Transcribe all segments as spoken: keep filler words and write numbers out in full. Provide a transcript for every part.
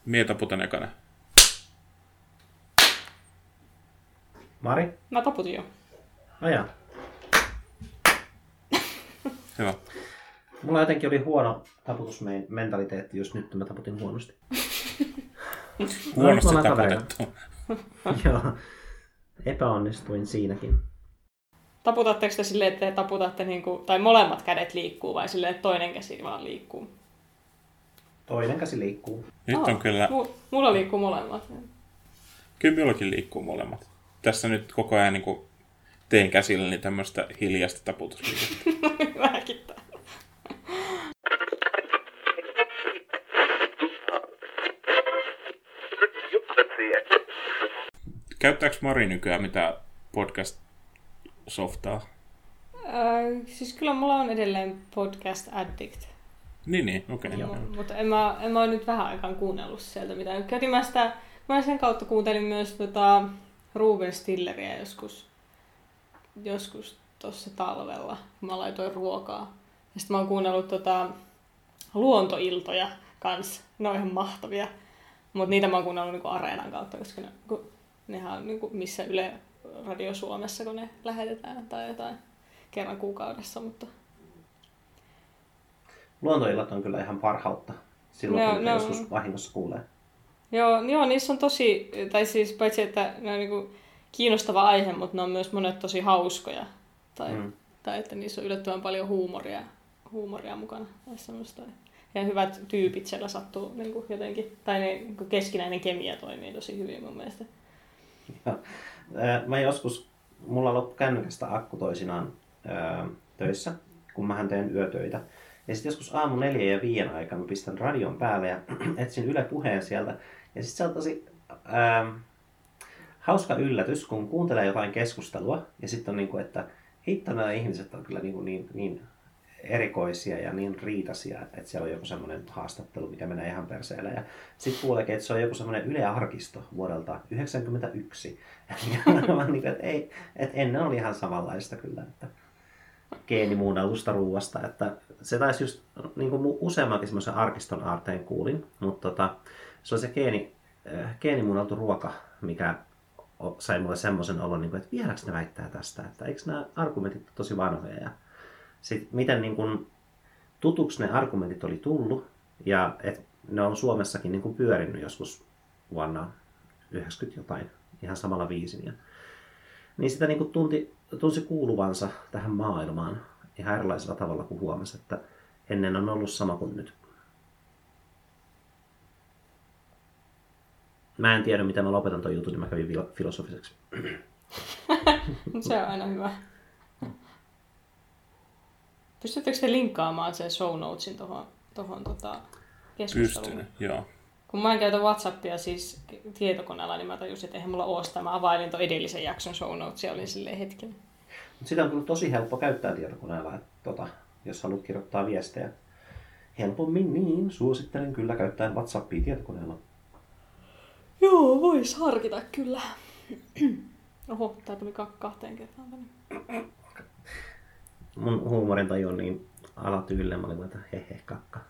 Mie taputan ekana. Mari? Mä taputin jo. Ajaa. Hyvä. Mulla jotenkin oli huono taputusmentaliteetti, jos nyt mä taputin huonosti. Huonosti No, taputettu. Joo. Epäonnistuin siinäkin. Taputatteko te silleen, että te taputatte, niinku, tai molemmat kädet liikkuu, vai silleen, että toinen käsi vaan liikkuu? Toinen käsi liikkuu. Nyt on Aa, kyllä... mu- Mulla liikkuu molemmat. Kyllä minullakin liikkuu molemmat. Tässä nyt koko ajan niin kuin teen käsilläni tämmöistä hiljaista taputusliikettä. Vähänkin täällä. Käyttääkö Mari nykyään mitään podcast-softaa? Äh, siis kyllä mulla on edelleen podcast addict. Niin, niin, okei. Okay. M- mutta en mä, en mä ole nyt vähän aikaan kuunnellut sieltä mitään. Käytin mä sitä, mä sen kautta kuuntelin myös tota Ruben Stilleria joskus, joskus tuossa talvella, kun mä laitoin ruokaa. Ja sitten mä oon kuunnellut tota luontoiltoja kanssa. Ne on ihan mahtavia. Mutta niitä mä oon kuunnellut niinku Areenan kautta, koska ne, kun, nehän on niinku missä Yle Radio Suomessa, kun ne lähetetään tai jotain kerran kuukaudessa. Mutta... Luontoillat on kyllä ihan parhautta. Silloin No, kun no. joskus vahingossa kuulee. Joo, joo, niissä on tosi, tai siis paitsi että ne on niinku kiinnostava aihe, mutta ne on myös monet tosi hauskoja. Tai, mm. tai että niissä on yllättävän paljon huumoria, huumoria mukana. Tai ja hyvät tyypit siellä sattuu niinku jotenkin. Tai ne niinku keskinäinen kemia toimii tosi hyvin mun mielestä. Ja, mä joskus, mulla loppui kännykästä akku toisinaan ää, töissä, kun mähän teen yötöitä. Ja sitten joskus aamu neljä ja viien aikaa mä pistän radion päälle ja etsin Yle Puheen sieltä. Ja sitten se on tosi ää, hauska yllätys, kun kuuntelee jotain keskustelua. Ja sitten on niin kuin, että hitto, nämä ihmiset on kyllä niin, kuin niin, niin erikoisia ja niin riitaisia, että siellä on joku semmoinen haastattelu, mikä menee ihan perseelle. Ja sitten kuuleekin, että se on joku semmoinen Yle Arkisto vuodelta yhdeksänkymmentäyksi. Ja mä niin kuin, että, ei, että ennen oli ihan samanlaista kyllä, että geenimuunnellusta ruuasta. Että se taisi just niin kuin useammankin semmoisen arkiston aarteen kuulin, mutta tota, se oli se geeni, äh, geenimuunneltu ruoka, mikä sai mulle semmoisen olon, niin kuin, että vieläks ne väittää tästä, että eikö nämä argumentit ole tosi vanhoja. Ja sitten miten niin kuin, tutuksi ne argumentit oli tullut ja että ne on Suomessakin niin kuin pyörinyt joskus vuonna yhdeksänkymmentä jotain, ihan samalla viisin. Ja, niin sitä niin kuin tunti, tunsi kuuluvansa tähän maailmaan ihan erilaisella tavalla kuin huomasi, että ennen on ollut sama kuin nyt. Mä en tiedä, mitä mä lopetan ton jutun, niin mä kävin filosofiseksi. Se on aina hyvä. Pystyttekö te linkkaamaan sen show notesin tuohon tohon, tota, keskusteluun? Pystyn, joo. Kun mä en käytä WhatsAppia siis tietokoneella, niin mä tajusin, että eihän mulla ole sitä. Mä availin ton edellisen jakson show notesia, olin silleen hetken. Mut sitä on kyllä tosi helppo käyttää tietokoneella, että, tota, jos haluat kirjoittaa viestejä. Helpommin niin, suosittelen kyllä käyttää WhatsAppia tietokoneella. Joo, vois harkita kyllä. Oho, tää tuli kahteen kertaan tänne. Mun huumorintaju on niin alatyylillä, mä olin, että hehe, kakka.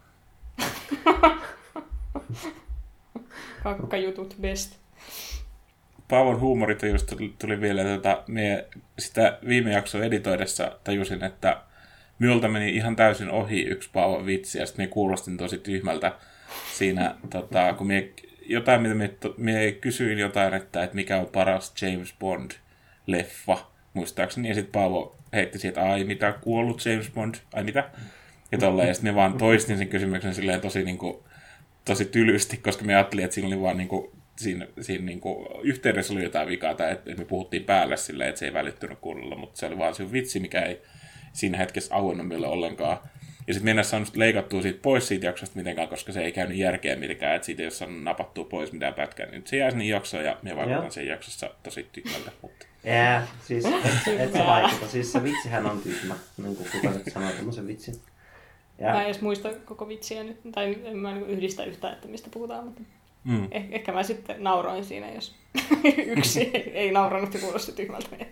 Kakkajutut best. Paavon huumoritajusta tuli vielä, että me sitä viime jaksoa editoidessa tajusin, että minulta meni ihan täysin ohi yksi Paavon vitsi, ja sitten me kuulostin tosi tyhmältä siinä, tota, kun me jotain, mitä me, me kysyin jotain, että, että mikä on paras James Bond-leffa, muistaakseni, ja sitten Paavo heitti siitä, ai mitä, kuollut James Bond, ai mitä, ja tolleen, ja sitten me vaan toistin sen kysymyksen silleen tosi, niin kuin, tosi tylysti, koska me ajattelin, että siinä oli vaan niin kuin, siinä, siinä niin kuin, yhteydessä oli jotain vikaa, tai että me puhuttiin päälle silleen, että se ei välittynyt kunnolla, mutta se oli vaan se vitsi, mikä ei siinä hetkessä auennut meille ollenkaan. Ja sitten mennä saanut leikattua siitä pois siitä jaksosta mitenkään, koska se ei käynyt järkeä mitenkään, että siitä ei ole saanut napattua pois mitään pätkää. Niin se jää sinne jaksoon ja me vaikutan sen jaksossa tosi tyhmältä. Mutta... Jää, siis et, et sä vaikuta. Siis se vitsihän on tyhmä, niin kuin kuka nyt sanoo tämmöisen vitsin. Ja... Mä en edes muista koko vitsiä nyt, tai en mä niin yhdistä yhtään, että mistä puhutaan, mutta mm. eh- ehkä mä sitten nauroin siinä, jos yksi ei nauranut ja kuulosti tyhmältä.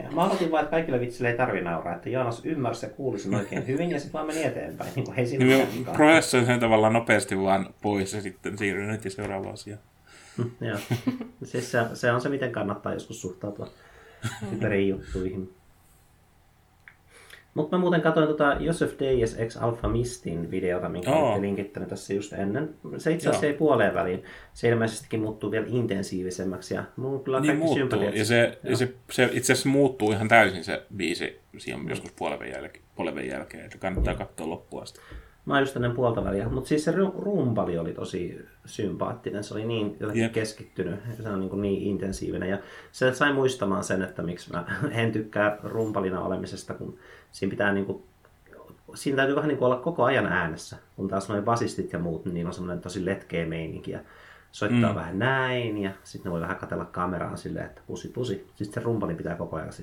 Ja mä aloitin vaan, että kaikille vitsille ei tarvi nauraa, että Joonas ymmärsi ja kuuli sen oikein hyvin ja sitten vaan meni eteenpäin. Niin ei siinä Niin mitään. prosessoin sen tavallaan nopeasti vaan pois ja sitten siirryn nyt ja seuraavaan asiaan. Joo. Siis se, se on se, miten kannattaa joskus suhtautua typeriin juttuihin. Mutta mä muuten katsoin tota Joseph Deyes ex Alpha Mistin videota, minkä Oo. olette linkittänyt tässä just ennen. Se itse asiassa ei puoleen väliin. Se ilmeisestikin muuttuu vielä intensiivisemmäksi. Ja mulla on kyllä Niin kaikki muuttuu, sympatiat. ja, se, ja se, se itse asiassa muuttuu ihan täysin se biisi siihen joskus puolen jälkeen, puolen jälkeen, että kannattaa katsoa loppuun asti. Mä oon just ennen puolta väliä. Mutta siis se ru- rumpali oli tosi sympaattinen. Se oli niin jotenkin Jep. keskittynyt. Se on niin, niin intensiivinen. Ja se sai muistamaan sen, että miksi mä en tykkää rumpalina olemisesta, kun siinä pitää niin kuin, siinä täytyy vähän niin kuin olla koko ajan äänessä. Kun taas noin basistit ja muut, niin on semmoinen tosi letkeä meininki. Ja soittaa mm. vähän näin ja sitten ne voi vähän katsella kameraan silleen, että pusi pusi. Sitten se rumpali pitää koko ajan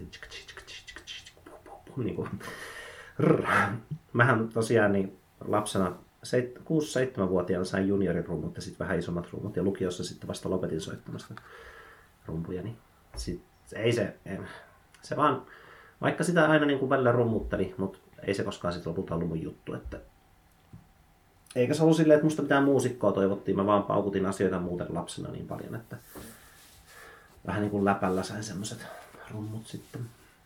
niin kuin, mähän tosiaan niin lapsena kuusi seitsemän vuotiaana sain juniorirummut ja sitten vähän isommat rummut ja lukiossa sitten vasta lopetin soittamasta rumpuja. Niin sit, ei se, ei, se vaan, vaikka sitä aina niin kuin välillä rummutteli, mutta ei se koskaan sitten lopulta ollut mun juttu. Että eikä se ollut silleen, että musta mitään muusikkoa toivottiin, mä vaan paukutin asioita muuten lapsena niin paljon, että vähän niin kuin läpällä sain semmoiset rummut sitten.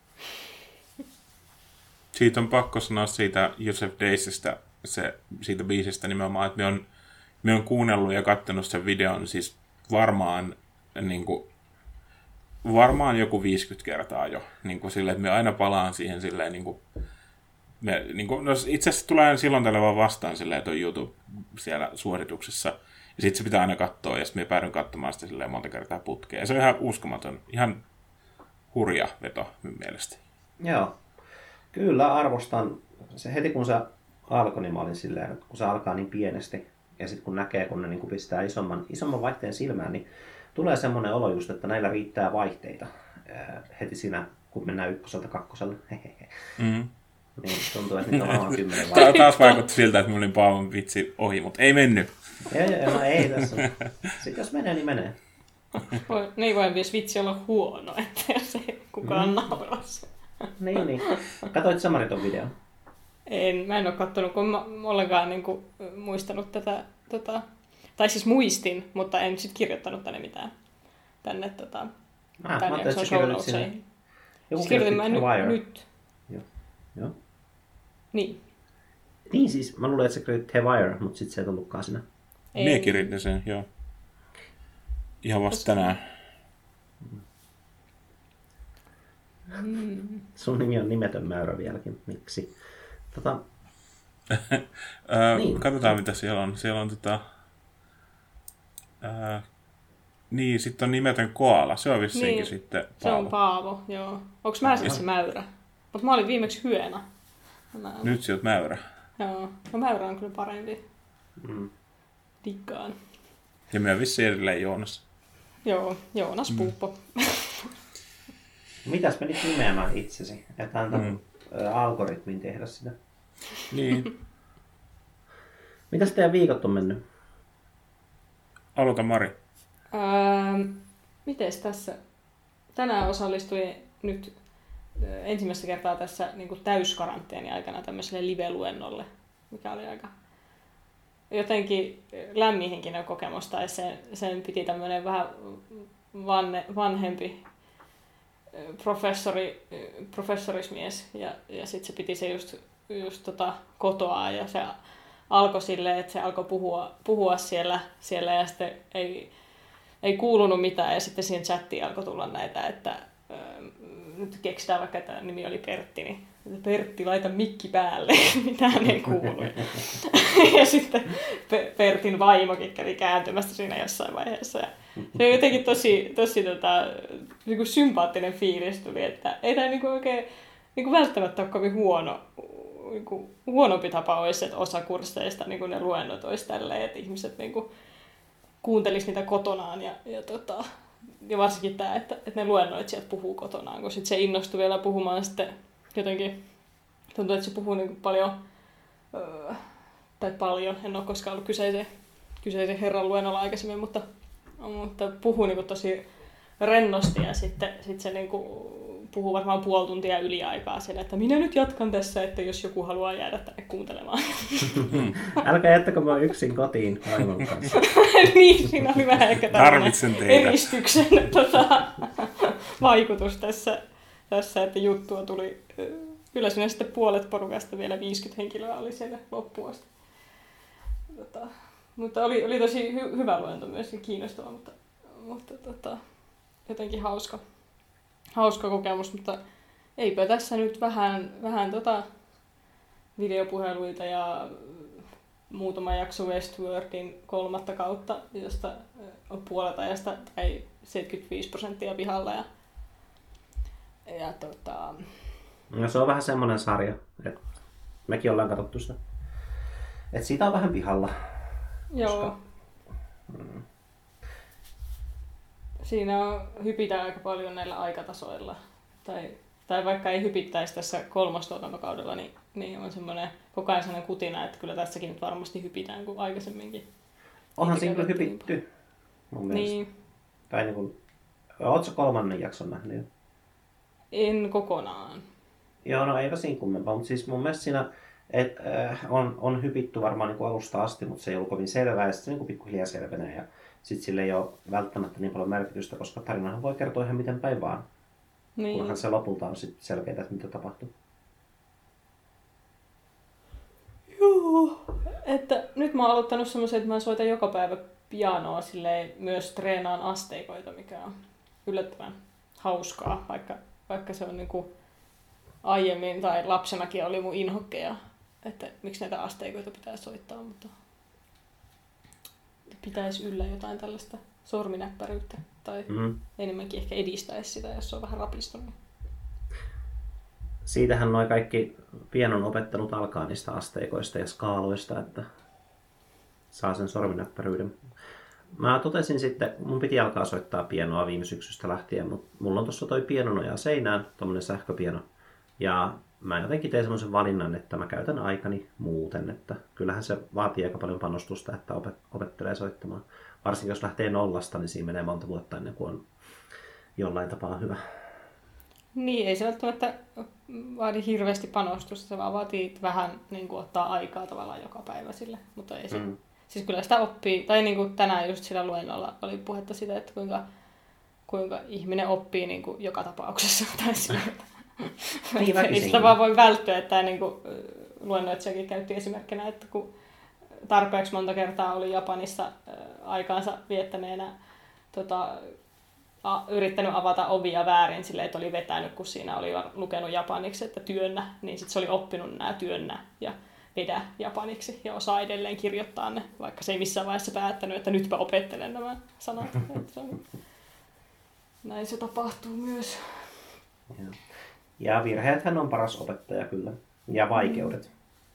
Siitä on pakko sanoa siitä Joseph Deyesistä, se, siitä biisistä nimenomaan, että me on, me on kuunnellut ja katsonut sen videon siis varmaan, niin kuin, varmaan joku viisikymmentä kertaa jo. Niin kuin silleen, että me aina palaan siihen silleen, niin kuin, me, niin kuin, no itse asiassa tulee silloin tällä vaan vastaan silleen, että on YouTube siellä suorituksessa. Ja sitten se pitää aina katsoa, ja sitten me päädyn katsomaan sitä silleen monta kertaa putkeen. Ja se on ihan uskomaton, ihan hurja veto minun mielestä. Joo. Kyllä arvostan. Se heti kun se alkoi, niin mä olin silleen, että kun se alkaa niin pienesti, ja sitten kun näkee, kun ne niin kun pistää isomman, isomman vaihteen silmään, niin tulee semmoinen olo just, että näillä riittää vaihteita ää, heti siinä, kun mennään ykköseltä kakkoselle. Mm-hmm. Niin tuntuu, että niitä on varmaan kymmenen vaihteita. Taas vaikutti siltä, että mulla oli Paavon vitsi ohi, mutta ei mennyt. Ei, ei, no ei tässä. Sitten jos menee, niin menee. Voi, niin voi myös vitsi olla huono, että jos ei kukaan mm. nauraa se. Niin, niin. Katoit Samari ton videon? En, mä en ole katsonut, kun mä ollenkaan niin kuin, muistanut tätä, tota, tai siis muistin, mutta en sit kirjoittanut tänne mitään. Tänne tota, Ah, tänne jakson show notesiin. Siis kirjoitin mä nyt. nyt. Joo. Joo. Niin. Niin siis, mä luulen, että se kirjoitti The Wire, mutta sit se ei ollutkaan siinä. Mie kirjoitin sen, joo. Ihan vasta tänään. Mm. Sun nimi on nimetön mäyrä vieläkin. Miksi? Tota... öö, niin. Katsotaan mitä siellä on. Siellä on tota... Öö, niin, sitten on nimetön koala. Se on vissiinkin niin, sitten Paavo. Se on Paavo, joo. Onks mä siis se mäyrä? Mutta mä olin viimeksi hyena. Mä... Nyt sä oot mäyrä. Joo. No mäyrä on kyllä parempi. Mm. Diggaan. Ja mä vissiin edelleen Joonas. Joo, Joonas mm. Puuppo. Mitäs menit nimeämään itsesi? Että antaa mm. algoritmin tehdä sitä. Niin. Mitäs teidän viikot on mennyt? Aloita Mari. Öö, mites tässä? Tänään osallistuin nyt ensimmäistä kertaa tässä niin kuin täyskaranteeni aikana tämmöiselle live-luennolle, mikä oli aika jotenkin lämminhenkinen kokemus, tai sen, sen piti tämmöinen vähän vanne, vanhempi professori, professorismies, ja, ja sitten se piti se just, just tota kotoa, ja se alkoi silleen, että se alkoi puhua, puhua siellä, siellä, ja sitten ei, ei kuulunut mitään, ja sitten siihen chattiin alkoi tulla näitä, että nyt keksitään vaikka, että nimi oli Pertti, niin Pertti, laita mikki päälle, mitään ei kuulu. Ja sitten Pertin vaimokin kävi kääntymästä siinä jossain vaiheessa. Ja se on jotenkin tosi, tosi tota, niin sympaattinen fiilis tuli, että ei tämä niin oikein niin välttämättä ole kovin huono, niin huonompi tapa olisi, että osa kursseista niin ne luennot olisi tälleen, että ihmiset niin kuuntelisivat niitä kotonaan ja, ja tota, ja varsinkin tämä, että, että ne luennoitsijat puhuu kotonaan, kun sit se innostui vielä puhumaan sitten jotenkin, tuntuu, että se puhuu niin paljon, öö, tai paljon, en ole koskaan ollut kyseisen, kyseisen herran luennolla aikaisemmin, mutta, mutta puhuu niin tosi rennosti ja sitten sit se niin kuin puhuu varmaan puoli tuntia yliaikaa siellä, että minä nyt jatkan tässä, että jos joku haluaa jäädä tänne kuuntelemaan. Älkää jättäkö mä yksin kotiin vaimon kanssa. Niin, siinä oli vähän ehkä Tarvitsen teitä. eristyksen tota, vaikutus tässä, tässä, että juttua tuli. Kyllä siinä sitten puolet porukasta, vielä viisikymmentä henkilöä oli siellä loppuun asti. Tota, mutta oli, oli tosi hy- hyvä luento myös ja kiinnostava, mutta, mutta tota, jotenkin hauska, hauska kokemus. Mutta eipä tässä nyt vähän, vähän tota videopuheluita ja muutama jakso Westworldin kolmatta kautta, josta on puolet ajasta tai seitsemänkymmentäviisi prosenttia pihalla. Ja, ja tota... No se on vähän semmoinen sarja, että mekin ollaan katsottu sitä. Että siitä on vähän pihalla. Joo. Koska... Mm. Siinä on, hypitään aika paljon näillä aikatasoilla. Tai, tai vaikka ei hypittäisi tässä kolmostuotantokaudella, niin, niin on semmoinen koko ajan sellainen kutina, että kyllä tässäkin nyt varmasti hypitään kuin aikaisemminkin. Onhan siinä kyllä hypitty, mun mielestä. Niin. Tai niin kuin, ootko kolmannen jakson nähnyt jo? En kokonaan. Joo, no eipä siinä kummempaa, mutta siis mun mielestä siinä et, äh, on, on hypitty varmaan niin kuin alusta asti, mutta se ei ollut kovin selvää ja sitten se niin kuin pikkuhiljaa selvenee ja sitten sille ei ole välttämättä niin paljon merkitystä, koska tarinahan voi kertoa ihan miten päin vaan. Niin. Kunhan se lopulta on sitten selkeää, että mitä tapahtuu. Joo. Että nyt mä oon aloittanut semmoisen, että mä soitan joka päivä pianoa silleen, myös treenaan asteikoita, mikä on yllättävän hauskaa, vaikka, vaikka se on niinku aiemmin tai lapsenakin oli mun inhokkeja, että miksi näitä asteikoita pitää soittaa, mutta pitäisi yllä jotain tällaista sorminäppäryyttä tai mm. enemmänkin ehkä edistäisi sitä, jos se on vähän rapistunut. Siitähän nuo kaikki pianon opettelut alkaa niistä asteikoista ja skaaloista, että saa sen sorminäppäryyden. Mä totesin sitten, mun piti alkaa soittaa pianoa viime syksystä lähtien, mutta mulla on tuossa toi pianonoja seinään, tommonen sähköpiano. Ja mä jotenkin tein semmoisen valinnan, että mä käytän aikani muuten, että kyllähän se vaatii aika paljon panostusta, että opettelee soittamaan. Varsinkin jos lähtee nollasta, niin siinä menee monta vuotta ennen kuin on jollain tapaa hyvä. Niin, ei se välttämättä vaadi hirveästi panostusta, se vaan vaatii vähän niin kuin, ottaa aikaa tavallaan joka päivä sille, mutta ei se... Mm. Siis kyllä sitä oppii, tai niin kuin tänään just sillä luennolla oli puhetta siitä, että kuinka, kuinka ihminen oppii niin kuin joka tapauksessa. Tai sillä, niin, ei sitä vaan voi välttyä, että niin kuin luennoitsijakin käytti esimerkkinä, että kun tarpeeksi monta kertaa oli Japanissa aikaansa viettäneenä tota, a, yrittänyt avata ovia väärin silleen, että oli vetänyt, kun siinä oli lukenut japaniksi, että työnnä, niin sitten se oli oppinut nämä työnnä ja vedä japaniksi ja osaa edelleen kirjoittaa ne, vaikka se ei missään vaiheessa päättänyt, että nytpä opettelen nämä sanat. Näin se tapahtuu myös. Ja, ja virheethän on paras opettaja kyllä. Ja vaikeudet.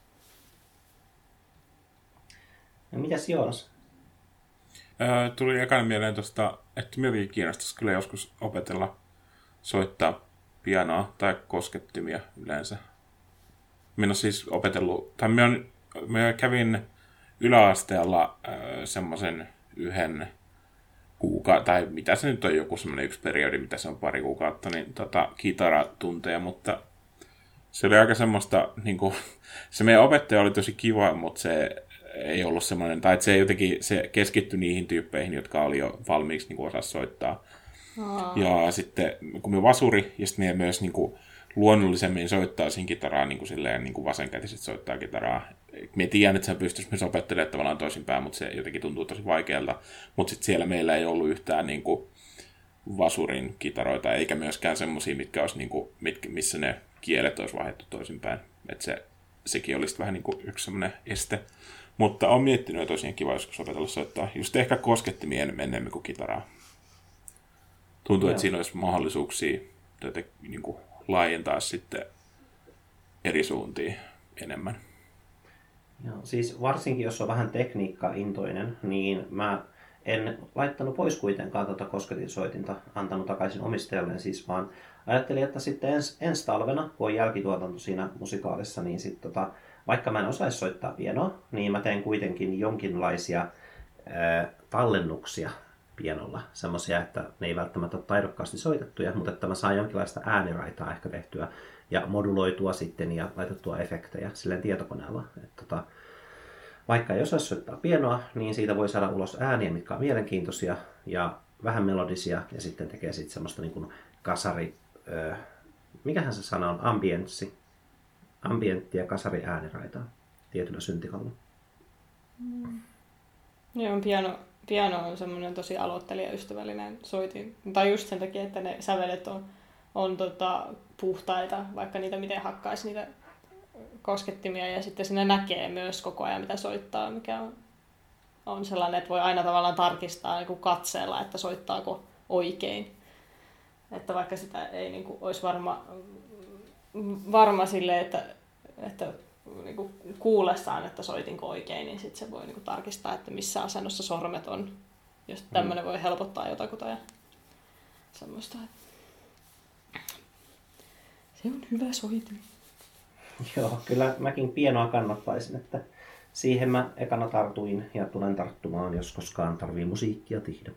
No mitäs Joonas? Öö, tuli ekana mieleen tuosta, että minäkin kiinnostaisi kyllä joskus opetella soittaa pianoa tai koskettimia yleensä. Minä olen siis opetellut, tai minä, on, minä kävin yläasteella öö, semmoisen yhden kuukauden, tai mitä se nyt on, joku semmoinen yksi periodi, mitä se on pari kuukautta, niin tota, kitaratunteja, mutta se oli aika semmoista, niin kuin, se meidän opettaja oli tosi kiva, mutta se ei ollut semmoinen, tai se jotenkin se keskittyi niihin tyyppeihin, jotka oli jo valmiiksi niin kuin osaa soittaa. Aa. Ja sitten kun me vasuri, ja sitten me myös niin kuin, luonnollisemmin soittaa siinä kitaraa, niin kuin, silleen, niin kuin vasenkätiset soittaa kitaraa. Me tiedän, että se pystyisi myös opettelemaan tavallaan toisinpäin, mutta se jotenkin tuntuu tosi vaikealta. Mutta sitten siellä meillä ei ollut yhtään niin kuin, vasurin kitaroita, eikä myöskään semmoisia, mitkä olisi, niin kuin, mitkä, missä ne kielet olisi vaihdettu toisinpäin. Että se, sekin olisi vähän niin kuin yksi semmoinen este. Mutta olen miettinyt, että tosiaan kiva joskus opetella soittaa. Just ehkä koskettimien enemmän kuin kitaraa. Tuntuu, Joo. että siinä olisi mahdollisuuksia tätä, niin kuin, laajentaa sitten eri suuntiin enemmän. Joo, siis varsinkin jos on vähän tekniikka-intoinen, niin mä en laittanut pois kuitenkaan tuota kosketinsoitinta, antanut takaisin omistajalleen siis, vaan ajattelin, että sitten ens, ensi talvena, kun on jälkituotanto siinä musikaalissa, niin sitten tota, vaikka mä en osaisi soittaa pianoa, niin mä teen kuitenkin jonkinlaisia ää, tallennuksia pianolla. Semmoisia, että ne ei välttämättä ole taidokkaasti soitettuja, mutta että mä saan jonkinlaista ääniraitaa ehkä tehtyä ja moduloitua sitten ja laitettua efektejä silleen tietokoneella. Että tota, vaikka ei osaa soittaa pianoa, niin siitä voi saada ulos ääniä, mitkä on mielenkiintoisia ja vähän melodisia ja sitten tekee sitten semmoista niin kuin kasari, öö, mikähän se sana on, ambienssi, ambientti ja kasari ääniraitaa tietyllä syntikalla. Mm. Joo, piano, piano on semmoinen tosi aloittelijaystävällinen soitin. Tai just sen takia, että ne sävelet on, on tota, puhtaita, vaikka niitä miten hakkaisi niitä koskettimia. Ja sitten siinä näkee myös koko ajan, mitä soittaa, mikä on, on sellainen, että voi aina tavallaan tarkistaa niin kuin katseella, että soittaako oikein. Että vaikka sitä ei niin kuin, olisi varma, varma silleen, että, että niin kuin kuullessaan, että soitinko oikein, niin sitten se voi niin kuin tarkistaa, että missä asennossa sormet on. Jos tämmöinen voi helpottaa jotakuta ja semmoista. Se on hyvä soitin. Joo, kyllä mäkin pianoa kannattaisin, että siihen mä ekana tartuin ja tulen tarttumaan, jos koskaan tarvii musiikkia tehdä.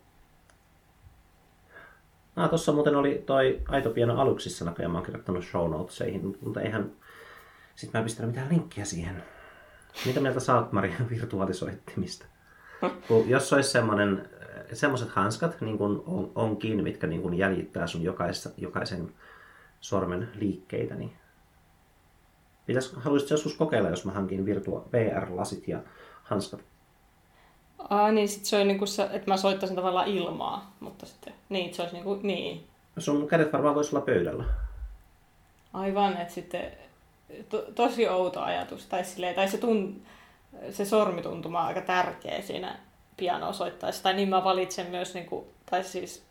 Ah, tossa muuten oli toi Aito piano aluksissa näköjään, mä oon kirjoittanut show notesihin, mutta eihän... Sitten mä en pistänyt mitään linkkiä siihen. Mitä mieltä sä oot, Mari, virtuaalisoittimista? Kun jos olisi semmoinen, semmoiset hanskat, niin kuin on, onkin, mitkä niin kuin jäljittää sun jokaista, jokaisen sormen liikkeitä, niin pitäis, haluaisitko joskus kokeilla, jos mä hankin virtua V R-lasit ja hanskat? Aa, niin sit se on niinku se, että mä soittaisin tavallaan ilmaa, mutta sitten, niin se olisi niinku, niin. Sun kädet varmaan voisi olla pöydällä. Aivan, että sitten to, tosi outo ajatus, tai, silleen, tai se, tun, se sormituntuma on aika tärkeä siinä pianoa soittaessa, tai niin mä valitsen myös, niinku, tai siis,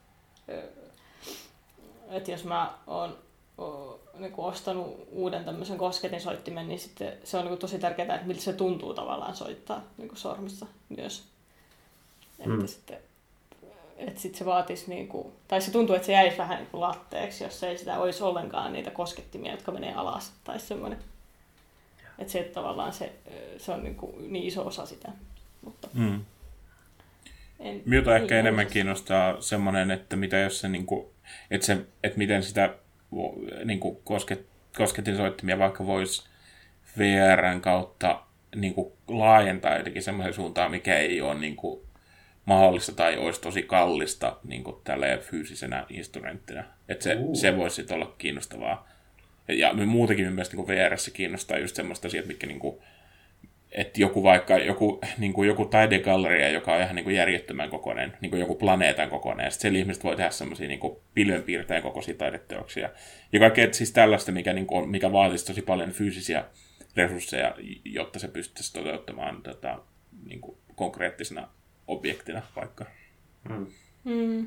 että jos mä oon niinku ostanut uuden tämmöisen kosketinsoittimen, niin sitten se on niinku tosi tärkeää, että miltä se tuntuu tavallaan soittaa niinku sormissa myös. Että Mm. sitten, että sitten se vaatisi, niinku, tai se tuntuu, että se jäisi vähän niinku latteeksi, jos ei sitä olisi ollenkaan niitä koskettimia, jotka menee alas, tai semmoinen. Että se, että tavallaan se, se on niinku niin iso osa sitä. Mutta Mm. en, Minulta ehkä niin, enemmän osas. kiinnostaa semmoinen, että mitä jos se, niinku, että, se, että miten sitä niinku, kosket, kosketinsoittimia vaikka voisi V R:n kautta niinku, laajentaa jotenkin semmoisen suuntaan, mikä ei ole niinku, mahdollista tai olisi tosi kallista niinku, tälleen fyysisenä instrumenttina. Että se, Uh. se voisi sitten olla kiinnostavaa. Ja muutenkin mielestäni niin V R:ssä kiinnostaa just semmoista asiat, mitkä niinku, että joku vaikka joku, niin kuin joku taidegalleria, joka on ihan niin kuin järjettömän kokoinen, niin kuin joku planeetan kokoinen, ja sitten ihmiset voi tehdä semmoisia niin kuin pilvenpiirtäjän kokoisia taideteoksia. Ja kaikkea siis tällaista, mikä, niin kuin, mikä vaatisi tosi paljon fyysisiä resursseja, jotta se pystyisi toteuttamaan tota, niin kuin konkreettisena objektina vaikka. Mm. Mm.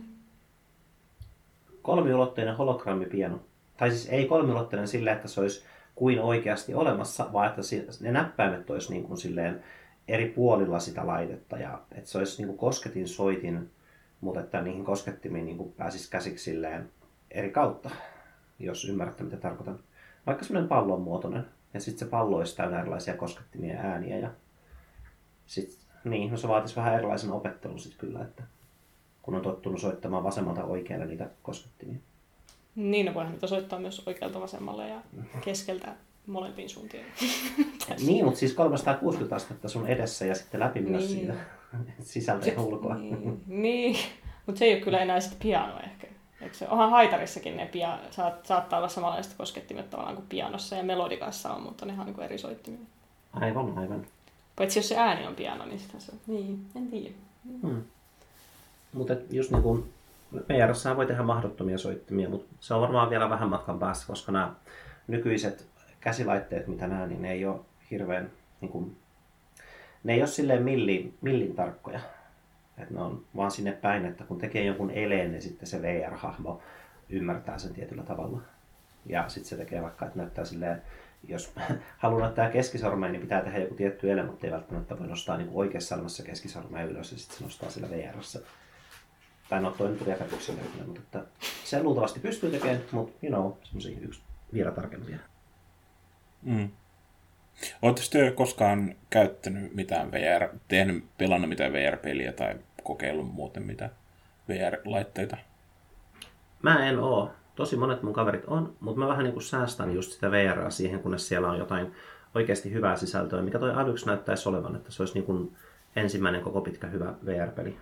Kolmiulotteinen hologrammipiano. Tai siis ei kolmiulotteinen sillä, että se olisi kuin oikeasti olemassa, vaan että ne näppäimet olisi niin kuin silleen eri puolilla sitä laitetta. Ja että se olisi niin kuin kosketin soitin, mutta että niihin koskettimiin niin kuin pääsisi käsiksi silleen eri kautta, jos ymmärrätte mitä tarkoitan. Vaikka semmoinen pallon muotoinen. Ja sitten se pallo olisi täynnä erilaisia koskettimia ja ääniä. Ja sit, niin, no se vaatisi vähän erilaisen opettelun sitten kyllä, että kun on tottunut soittamaan vasemmalta oikealle niitä koskettimia. Niin, no voihan niitä soittaa myös oikealta vasemmalle ja keskeltä molempiin suuntiin. Niin, mutta siis kolmesataakuusikymmentä astetta sun edessä ja sitten läpi myös Niin. siitä sisältä ja ulkoa. Niin, niin. Mutta se ei ole kyllä enää sitten piano ehkä. Eikö se? Onhan haitarissakin ne pia... Saat, saattaa olla samanlaiset koskettimet tavallaan kuin pianossa ja melodikassa on, mutta ne on niin kuin eri soittimia. Aivan, aivan. Paitsi jos se ääni on piano, niin sitten se on. Niin, en tiedä. Hmm. Mutta just niin kuin P R:ssähän voi tehdä mahdottomia soittimia, mutta se on varmaan vielä vähän matkan päässä, koska nämä nykyiset käsilaitteet, mitä näen, niin ne ei ole hirveän, niin kuin, ne ei ole silleen millin, millin tarkkoja. Et ne on vaan sinne päin, että kun tekee jonkun eleen, niin sitten se V R-hahmo ymmärtää sen tietyllä tavalla. Ja sitten se tekee vaikka, että näyttää silleen, jos haluaa näyttää keskisormea, niin pitää tehdä joku tietty ele, mutta ei välttämättä voi nostaa niin kuin oikeassa ilmassa keskisormea ylös ja sitten se nostaa sillä V R:ssä. Tai no, toi nyt tuli aika yksilöllinen, mutta että se luultavasti pystyy tekemään, mutta you know, semmoisia yksi vielä tarkempia. Mm. Oletteko te koskaan käyttänyt mitään V R, tehnyt, pelannut mitään V R-peliä tai kokeillut muuten mitään? V R-laitteita? Mä en oo. Tosi monet mun kaverit on, mutta mä vähän niin kuin säästän just sitä V R:ää siihen, kunnes siellä on jotain oikeasti hyvää sisältöä, mikä toi Alyx näyttäisi olevan, että se olisi niin kuin ensimmäinen koko pitkä hyvä V R-peli.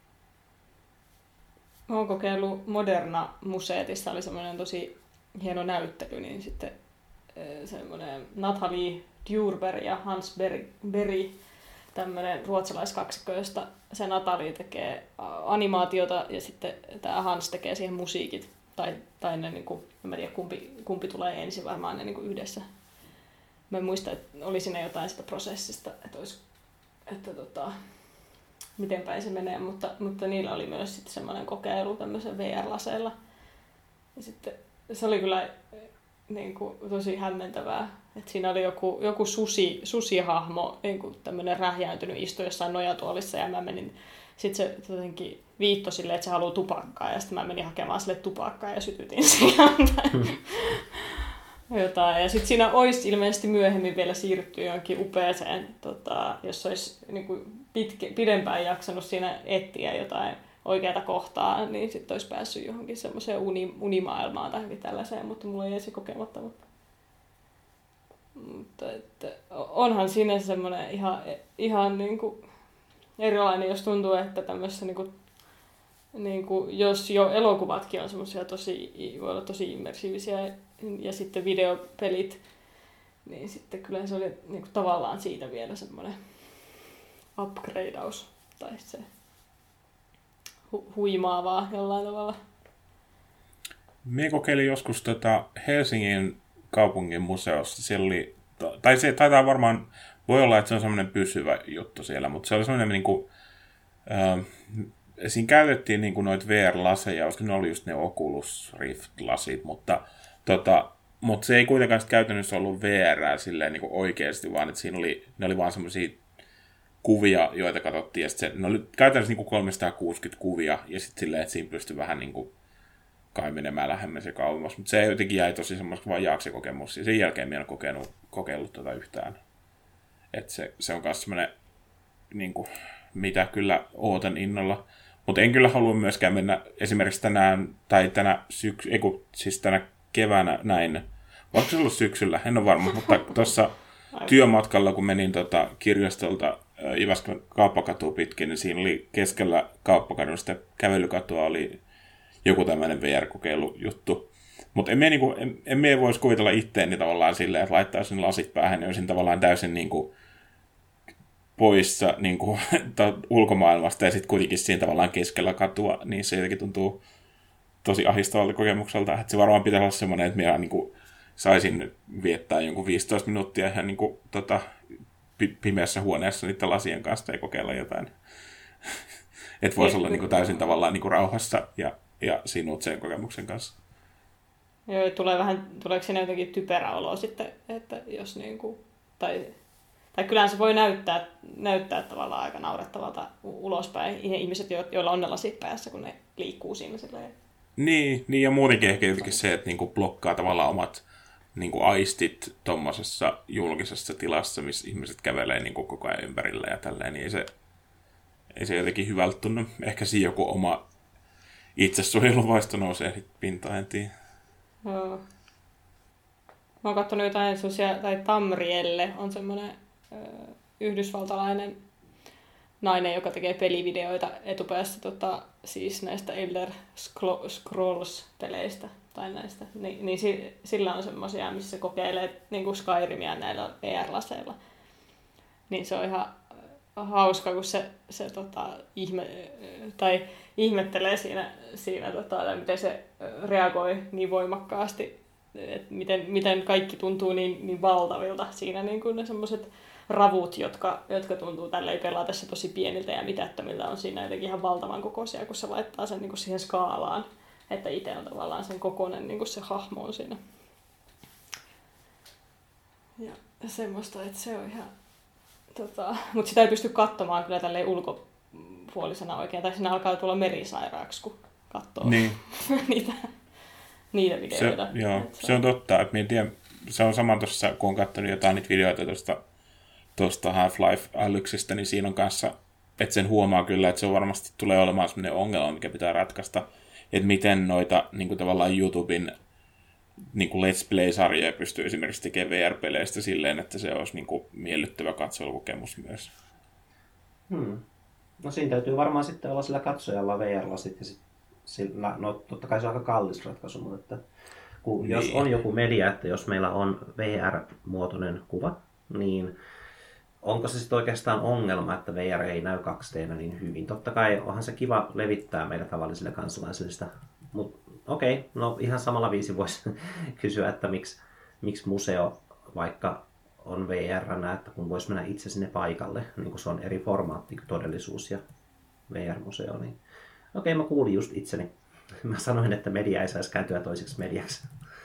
Mä oon kokeillut Moderna Museetissa, oli semmoinen tosi hieno näyttely, niin sitten semmoinen Nathalie Djurberg ja Hans Berg, tämmöinen ruotsalaiskaksikko, josta se Nathalie tekee animaatiota ja sitten tämä Hans tekee siihen musiikit. Tai, tai ne, niin kuin, en mä tiedä kumpi, kumpi tulee ensin, varmaan ne niin kuin yhdessä. Mä en muista, että oli siinä jotain sitä prosessista, että, olisi, että tota, miten päin se menee, mutta, mutta niillä oli myös sitten semmoinen kokeilu tämmöisen V R-laseilla. Ja sitten se oli kyllä niin kuin, tosi hämmentävää, että siinä oli joku, joku susi, susihahmo, niin kuin tämmöinen rähjääntynyt istu jossain nojatuolissa ja mä menin, sitten se jotenkin viittoi silleen, että se haluaa tupakkaa ja sitten mä menin hakemaan sille tupakkaa ja sytytin sieltä. Jotain. Ja sitten siinä olisi ilmeisesti myöhemmin vielä siirrytty johonkin upeeseen, tota, jos olisi niin kuin pitke, pidempään jaksanut siinä etsiä jotain oikeata kohtaa, niin sitten olisi päässyt johonkin semmoiseen uni, unimaailmaan tai tällaiseen, mutta mulla ei se kokematta. Mutta, mutta että, onhan siinä semmoinen ihan, ihan niin kuin erilainen, jos tuntuu, että tämmöisessä, niin kuin, niin kuin, jos jo elokuvatkin on semmoisia tosi, voi olla tosi immersiivisiä ja sitten videopelit, niin sitten kyllä se oli niin kuin, tavallaan siitä vielä semmoinen upgradeaus tai se hu- huimaavaa jollain tavalla. Mie kokeilin joskus tota Helsingin kaupungin museossa. Siellä oli, tai se taitaa varmaan, voi olla, että se on semmoinen pysyvä juttu siellä, mutta se oli semmoinen niin kuin, äh, siinä käytettiin niin kuin noita V R-laseja, koska ne oli just ne Oculus Rift-lasit, mutta, tota, mutta se ei kuitenkaan käytännössä ollut V R silleen niin kuin oikeasti, vaan että siinä oli, ne oli vaan semmoisia kuvia, joita katsottiin, ja se, ne oli käytännössä niin kuin kolmesataakuusikymmentä kuvia, ja sitten silleen, että siinä pystyi vähän niin kuin kai menemään lähemmäs ja kauemmas, mutta se jotenkin jäi tosi semmoista vajaaksi kokemus, ja sen jälkeen minä en kokenut, kokeillut tota yhtään. Että se, se on myös semmoinen, niin kuin, mitä kyllä ootan innolla. Mutta en kyllä halua myöskään mennä esimerkiksi tänään, tai tänä, syks, ei kun, siis tänä keväänä näin, vaikka se ollut syksyllä, en ole varma, mutta tuossa työmatkalla, kun menin tota kirjastolta Jyväskylän kauppakatua pitkin, niin siinä oli keskellä kauppakadun sitä kävelykatua oli joku tämmöinen V R-kokeilujuttu. Mutta en, niinku, en, en mie voisi kuvitella itteeni tavallaan silleen, että laittaisin lasit päähän, niin olisin tavallaan täysin niinku poissa niinku, ulkomaailmasta ja sitten kuitenkin siinä tavallaan keskellä katua, niin se jotenkin tuntuu tosi ahdistavalta kokemukselta. Että se varmaan pitäisi olla semmoinen, että minä niinku saisin viettää jonkun viisitoista minuuttia ihan niinku, tota, pimeässä huoneessa niiden lasien kanssa ja kokeilla jotain. Että voisi olla niinku täysin tavallaan niinku rauhassa ja, ja sinut sen kokemuksen kanssa. Joo, tulee vähän, tuleeko siinä jotenkin typerä olo sitten, että jos niinku, tai, tai kyllähän se voi näyttää, näyttää tavallaan aika naurettavalta ulospäin ihmiset, joilla on ne lasit päässä, kun ne liikkuu siinä silleen. Niin, niin ja muutenkin ehkä jotenkin se, että niinku blokkaa tavallaan omat niinku aistit tuommoisessa julkisessa tilassa, missä ihmiset kävelee niinku koko ajan ympärillä ja tälleen, niin ei se, ei se jotenkin hyvältä tunnu. Ehkä siinä joku oma itsesuojeluvaisto nousee pintaan, en tiedä. Joo. Mä oon katsonut jotain sellaisia, tai Tamrielle on semmoinen ö, yhdysvaltalainen nainen, joka tekee pelivideoita etupäässä tota, siis näistä Elder Scrolls-peleistä tai näistä, Ni, niin si, sillä on semmoisia, missä kokeilee niin kuin Skyrimia näillä V R-laseilla. Niin se on ihan hauska, kun se, se tota, ihme, tai ihmettelee siinä, siinä tota, tai miten se reagoi niin voimakkaasti, että miten, miten kaikki tuntuu niin, niin valtavilta siinä, niin kuin ne semmoiset ravut, jotka, jotka tuntuu tälleen pelatessa tosi pieniltä ja mitättömiltä, on siinä jotenkin ihan valtavan kokoisia, kun se laittaa sen niin kuin siihen skaalaan, että itse on tavallaan sen kokoinen, niin kuin se hahmo on siinä. Ja semmoista, että se on ihan Tota, mutta sitä ei pysty katsomaan kyllä tälleen ulkopuolisena oikein. Tai siinä alkaa tulla merisairaaksi, kun katsoo niin. niitä, niitä videoita. Se, joo, se, se on totta. Että tiedä, se on sama tuossa, kun on katsonut jotain niitä videoita tuosta, tuosta Half-Life Alyxista, niin siinä on kanssa että sen huomaa kyllä, että se varmasti tulee olemaan sellainen ongelma, mikä pitää ratkaista, että miten noita niin kuin tavallaan YouTuben niin kuin Let's Play-sarjoja pystyy esimerkiksi tekemään V R-peleistä silleen, että se olisi niin kuin miellyttävä katselukokemus myös. Hmm. No siinä täytyy varmaan sitten olla sillä katsojalla V R-lasit ja sit, sillä, no totta kai se on aika kallis ratkaisu, mutta että kun niin. Jos on joku media, että jos meillä on V R-muotoinen kuva, niin onko se sitten oikeastaan ongelma, että V R ei näy kaksi D niin hyvin? Totta kai onhan se kiva levittää meidän tavallisille kansalaisille sitä, mutta okei, okay, no ihan samalla viisi voisi kysyä, että miksi, miksi museo vaikka on V R-nä, että kun voisi mennä itse sinne paikalle, niin kun se on eri formaatti kuin todellisuus ja V R-museo, niin okei, okay, mä kuulin just itseni. Mä sanoin, että media ei saisi kääntyä toiseksi mediaksi.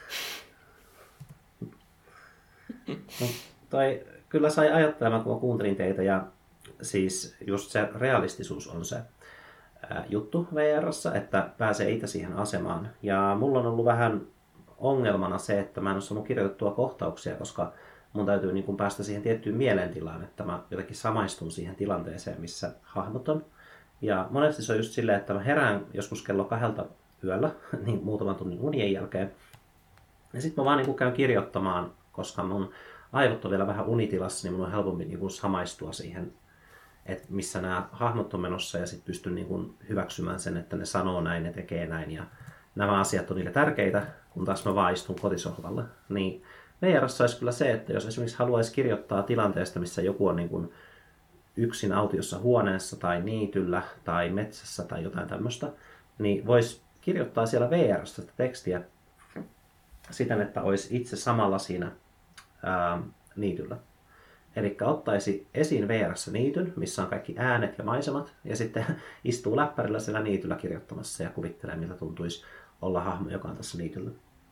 No, toi kyllä sai ajattelemaan, kun mä kuuntelin teitä, ja siis just se realistisuus on se ää, juttu V R:ssä, että pääsee itse siihen asemaan. Ja mulla on ollut vähän ongelmana se, että mä en ole saanut kirjoitettua kohtauksia, koska mun täytyy niin kuin päästä siihen tiettyyn mielentilaan, että mä jotenkin samaistun siihen tilanteeseen, missä hahmot on. Ja monesti se on just silleen, että mä herään joskus kello kahdelta yöllä, niin muutaman tunnin unien jälkeen. Ja sitten mä vaan niin kuin käyn kirjoittamaan, koska mun aivot on vielä vähän unitilassa, niin mun on helpompi niin kuin samaistua siihen, että missä nämä hahmot on menossa, ja sitten pystyn niin kuin hyväksymään sen, että ne sanoo näin, ne tekee näin, ja nämä asiat on niille tärkeitä, kun taas mä vaan istun kotisohvalle. Niin V R:ssä olisi kyllä se, että jos esimerkiksi haluaisi kirjoittaa tilanteesta, missä joku on niin kuin yksin autiossa huoneessa tai niityllä tai metsässä tai jotain tämmöistä, niin voisi kirjoittaa siellä V R:ssä sitä tekstiä siten, että olisi itse samalla siinä ää, niityllä. Eli ottaisi esiin V R:ssä niityn, missä on kaikki äänet ja maisemat, ja sitten istuu läppärillä siellä niityllä kirjoittamassa ja kuvittelee, miltä tuntuisi olla hahmo, joka on tässä niityllä.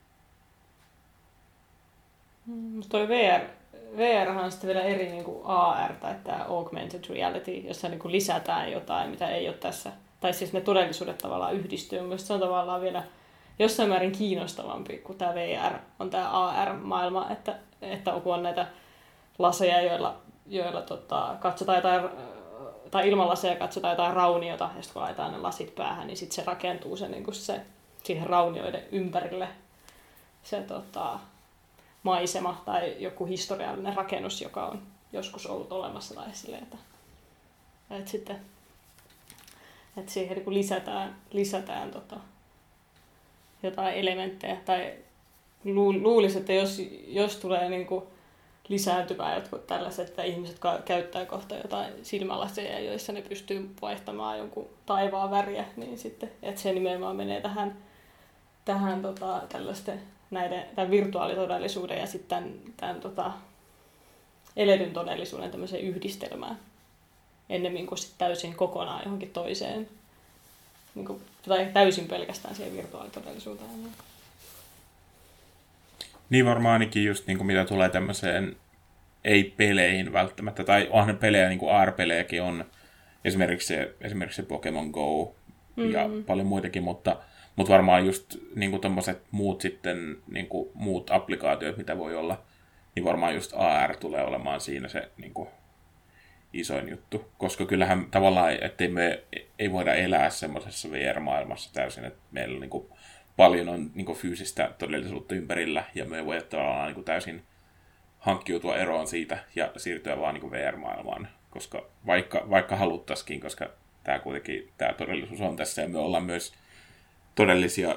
Mm, toi V R, V R on sitten vielä eri niin kuin A R tai tämä augmented reality, jossa niin kuin lisätään jotain, mitä ei ole tässä. Tai siis ne todellisuudet tavallaan yhdistyy. Mielestäni se on tavallaan vielä jossain määrin kiinnostavampi kuin tämä V R on tämä A R-maailma, että, että kun on näitä laseja, joilla, joilla tota, katsotaan jotain, tai ilman laseja katsotaan jotain rauniota, ja sitten kun laitetaan ne lasit päähän, niin sitten se rakentuu se, niin kuin se siihen raunioiden ympärille se tota, maisema tai joku historiallinen rakennus, joka on joskus ollut olemassa. Tai silleen, että, että sitten että siihen niin kuin lisätään, lisätään tota, jotain elementtejä. Tai luulisin, että jos, jos tulee niin kuin lisääntymään jotkut tällaiset, että ihmiset käyttää kohta jotain silmälaseja, joissa ne pystyy vaihtamaan jonkun taivaan väriä, niin sitten, että se nimenomaan menee tähän, tähän tota, tällaisten näiden, tämän virtuaalitodellisuuden ja sitten tämän, tämän tota, eletyn todellisuuden tämmöiseen yhdistelmään ennemmin kuin sit täysin kokonaan johonkin toiseen, niin kuin, tai täysin pelkästään siihen virtuaalitodellisuuteen. Niin varmaan ainakin just niin kuin mitä tulee tämmöiseen ei-peleihin välttämättä, tai onhan pelejä, niin kuin A R-pelejäkin on, esimerkiksi se, esimerkiksi se Pokemon Go ja mm-hmm. paljon muitakin, mutta, mutta varmaan just niin kuin tommoset muut sitten, niin kuin muut applikaatiot, mitä voi olla, niin varmaan just A R tulee olemaan siinä se niin kuin isoin juttu, koska kyllähän tavallaan, ettei me ei voida elää semmoisessa V R-maailmassa täysin, että meillä niin kuin paljon on niin kuin fyysistä todellisuutta ympärillä, ja me ei voida tavallaan niin kuin täysin hankkiutua eroon siitä ja siirtyä vaan niin kuin V R-maailmaan, koska vaikka, vaikka haluttaisikin, koska tämä kuitenkin tämä todellisuus on tässä, ja me ollaan myös todellisia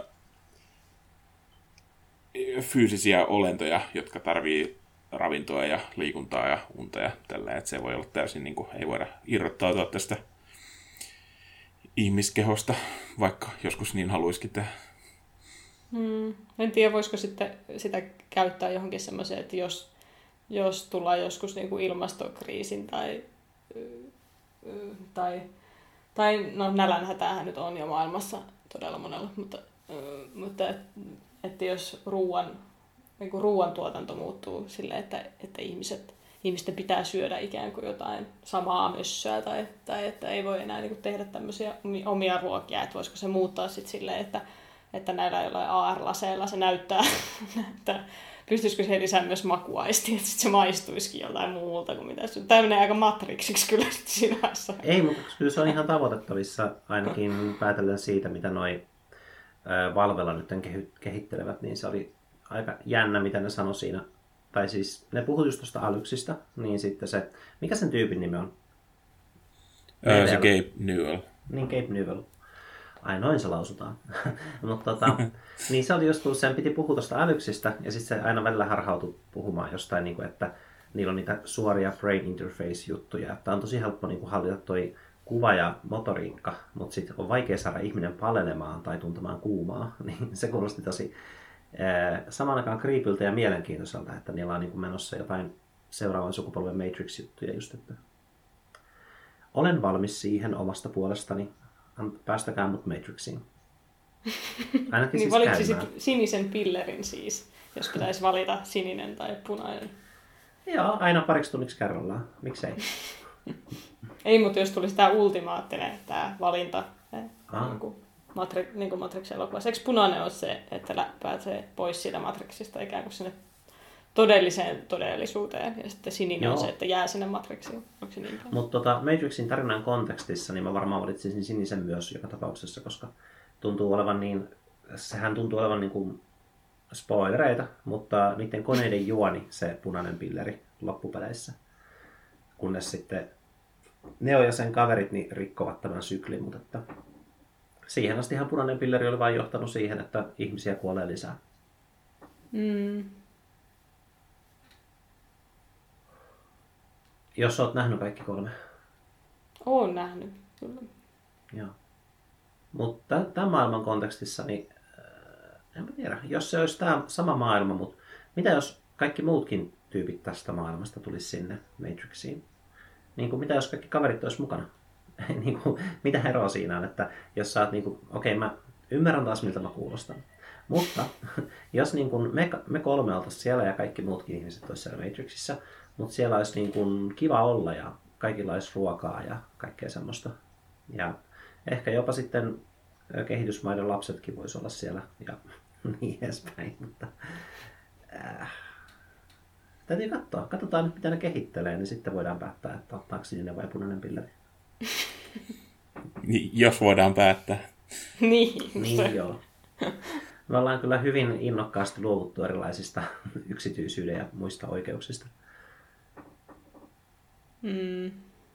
fyysisiä olentoja, jotka tarvii ravintoa ja liikuntaa ja unta ja tällä, että se voi olla täysin, niin kuin, ei voida irrottautua tästä ihmiskehosta, vaikka joskus niin haluaisikin tehdä. Hmm. En tiedä, voisiko sitten sitä käyttää johonkin semmoiseen, että jos, jos tullaan joskus niin kuin ilmastokriisin tai, tai, tai no nälänhätähän nyt on jo maailmassa todella monella, mutta, mutta että jos ruoan, niin kuin ruoantuotanto muuttuu silleen, että, että ihmiset, ihmisten pitää syödä ikään kuin jotain samaa mössöä tai, tai että ei voi enää niin kuin tehdä tämmöisiä omia ruokia, että voisiko se muuttaa sitten silleen, että että näillä jollain A R-laseilla se näyttää, näyttää pystyisikö se lisäämään myös makuaisti, että sit se maistuisikin jotain muulta kuin mitä se on. Tämä menee aika matrixiksi kyllä sinänsä. Ei, mutta kyllä se on ihan tavoitettavissa ainakin päätellen siitä, mitä noi Valvella nyt kehittelevät, niin se oli aika jännä, mitä ne sanoi siinä. Tai siis ne puhui just tuosta Alyxista, niin sitten se, mikä sen tyypin nimi on? Öö, se Gabe Newell. Niin, Gabe Newell. Ai noin se lausutaan. Mutta tota, niin se oli just tullut, sen piti puhua tuosta Alyxista, ja sitten se aina välillä harhautui puhumaan jostain, niin kuin, että niillä on niitä suoria brain interface-juttuja, että on tosi helppo niin kuin hallita toi kuva ja motoriikka, mutta sitten on vaikea saada ihminen palelemaan tai tuntemaan kuumaa, niin se kuulosti tosi ee, samaan aikaan creepyltä ja mielenkiintoiselta, että niillä on niin kuin menossa jotain seuraavan sukupolven Matrix-juttuja just, että olen valmis siihen omasta puolestani. Päästäkää mut Matrixiin. Ainakin niin siis valitsisit sinisen pillerin siis, jos pitäisi valita sininen tai punainen. Joo, aina pariksi tunniksi kerrallaan. Miksei? Ei, mutta jos tulisi tämä ultimaattinen tämä valinta, Ah. niin kuin Matri, niin kuin Matrix-elokuvassa. Eikö punainen ole se, että pääsee pois siitä Matrixista ikään kuin sinne todelliseen todellisuuteen, ja sitten sininen Joo. on se, että jää sinne Matrixiin. Onko se niin? Mutta tota, Matrixin tarinan kontekstissa, niin mä varmaan valitsisin sinisen myös joka tapauksessa, koska tuntuu olevan niin, sehän tuntuu olevan niin kuin spoilereita, mutta niiden koneiden juoni se punainen pilleri loppupeleissä. Kunnes sitten Neo ja sen kaverit niin rikkovat tämän syklin, mutta että siihen asti ihan punainen pilleri oli vain johtanut siihen, että ihmisiä kuolee lisää. Mm. Jos olet nähnyt kaikki kolme. Oon nähnyt, kyllä. Joo. Mutta tämän maailman kontekstissa, niin äh, en tiedä, jos se olisi tämä sama maailma, mutta mitä jos kaikki muutkin tyypit tästä maailmasta tulisi sinne Matrixiin? Niin kuin, mitä jos kaikki kaverit olisi mukana? niin kuin, mitä eroa siinä on, että jos sä oot niin kuin, okei, okay, mä ymmärrän taas miltä mä kuulostan. Mutta jos niin kuin me, me kolme oltaisiin siellä ja kaikki muutkin ihmiset olisivat siellä Matrixissa, mutta siellä olisi niin kuin kiva olla ja kaikilla olisi ruokaa ja kaikkea semmoista. Ja ehkä jopa sitten kehitysmaiden lapsetkin voisi olla siellä ja niin edespäin. Mutta, äh, täytyy katsoa. Katsotaan nyt, mitä ne kehittelee, niin sitten voidaan päättää, että ottaako sininen vai punainen pilleri. Niin, jos voidaan päättää. niin. Niin joo. Me ollaan kyllä hyvin innokkaasti luovuttu erilaisista yksityisyyden ja muista oikeuksista. Mm.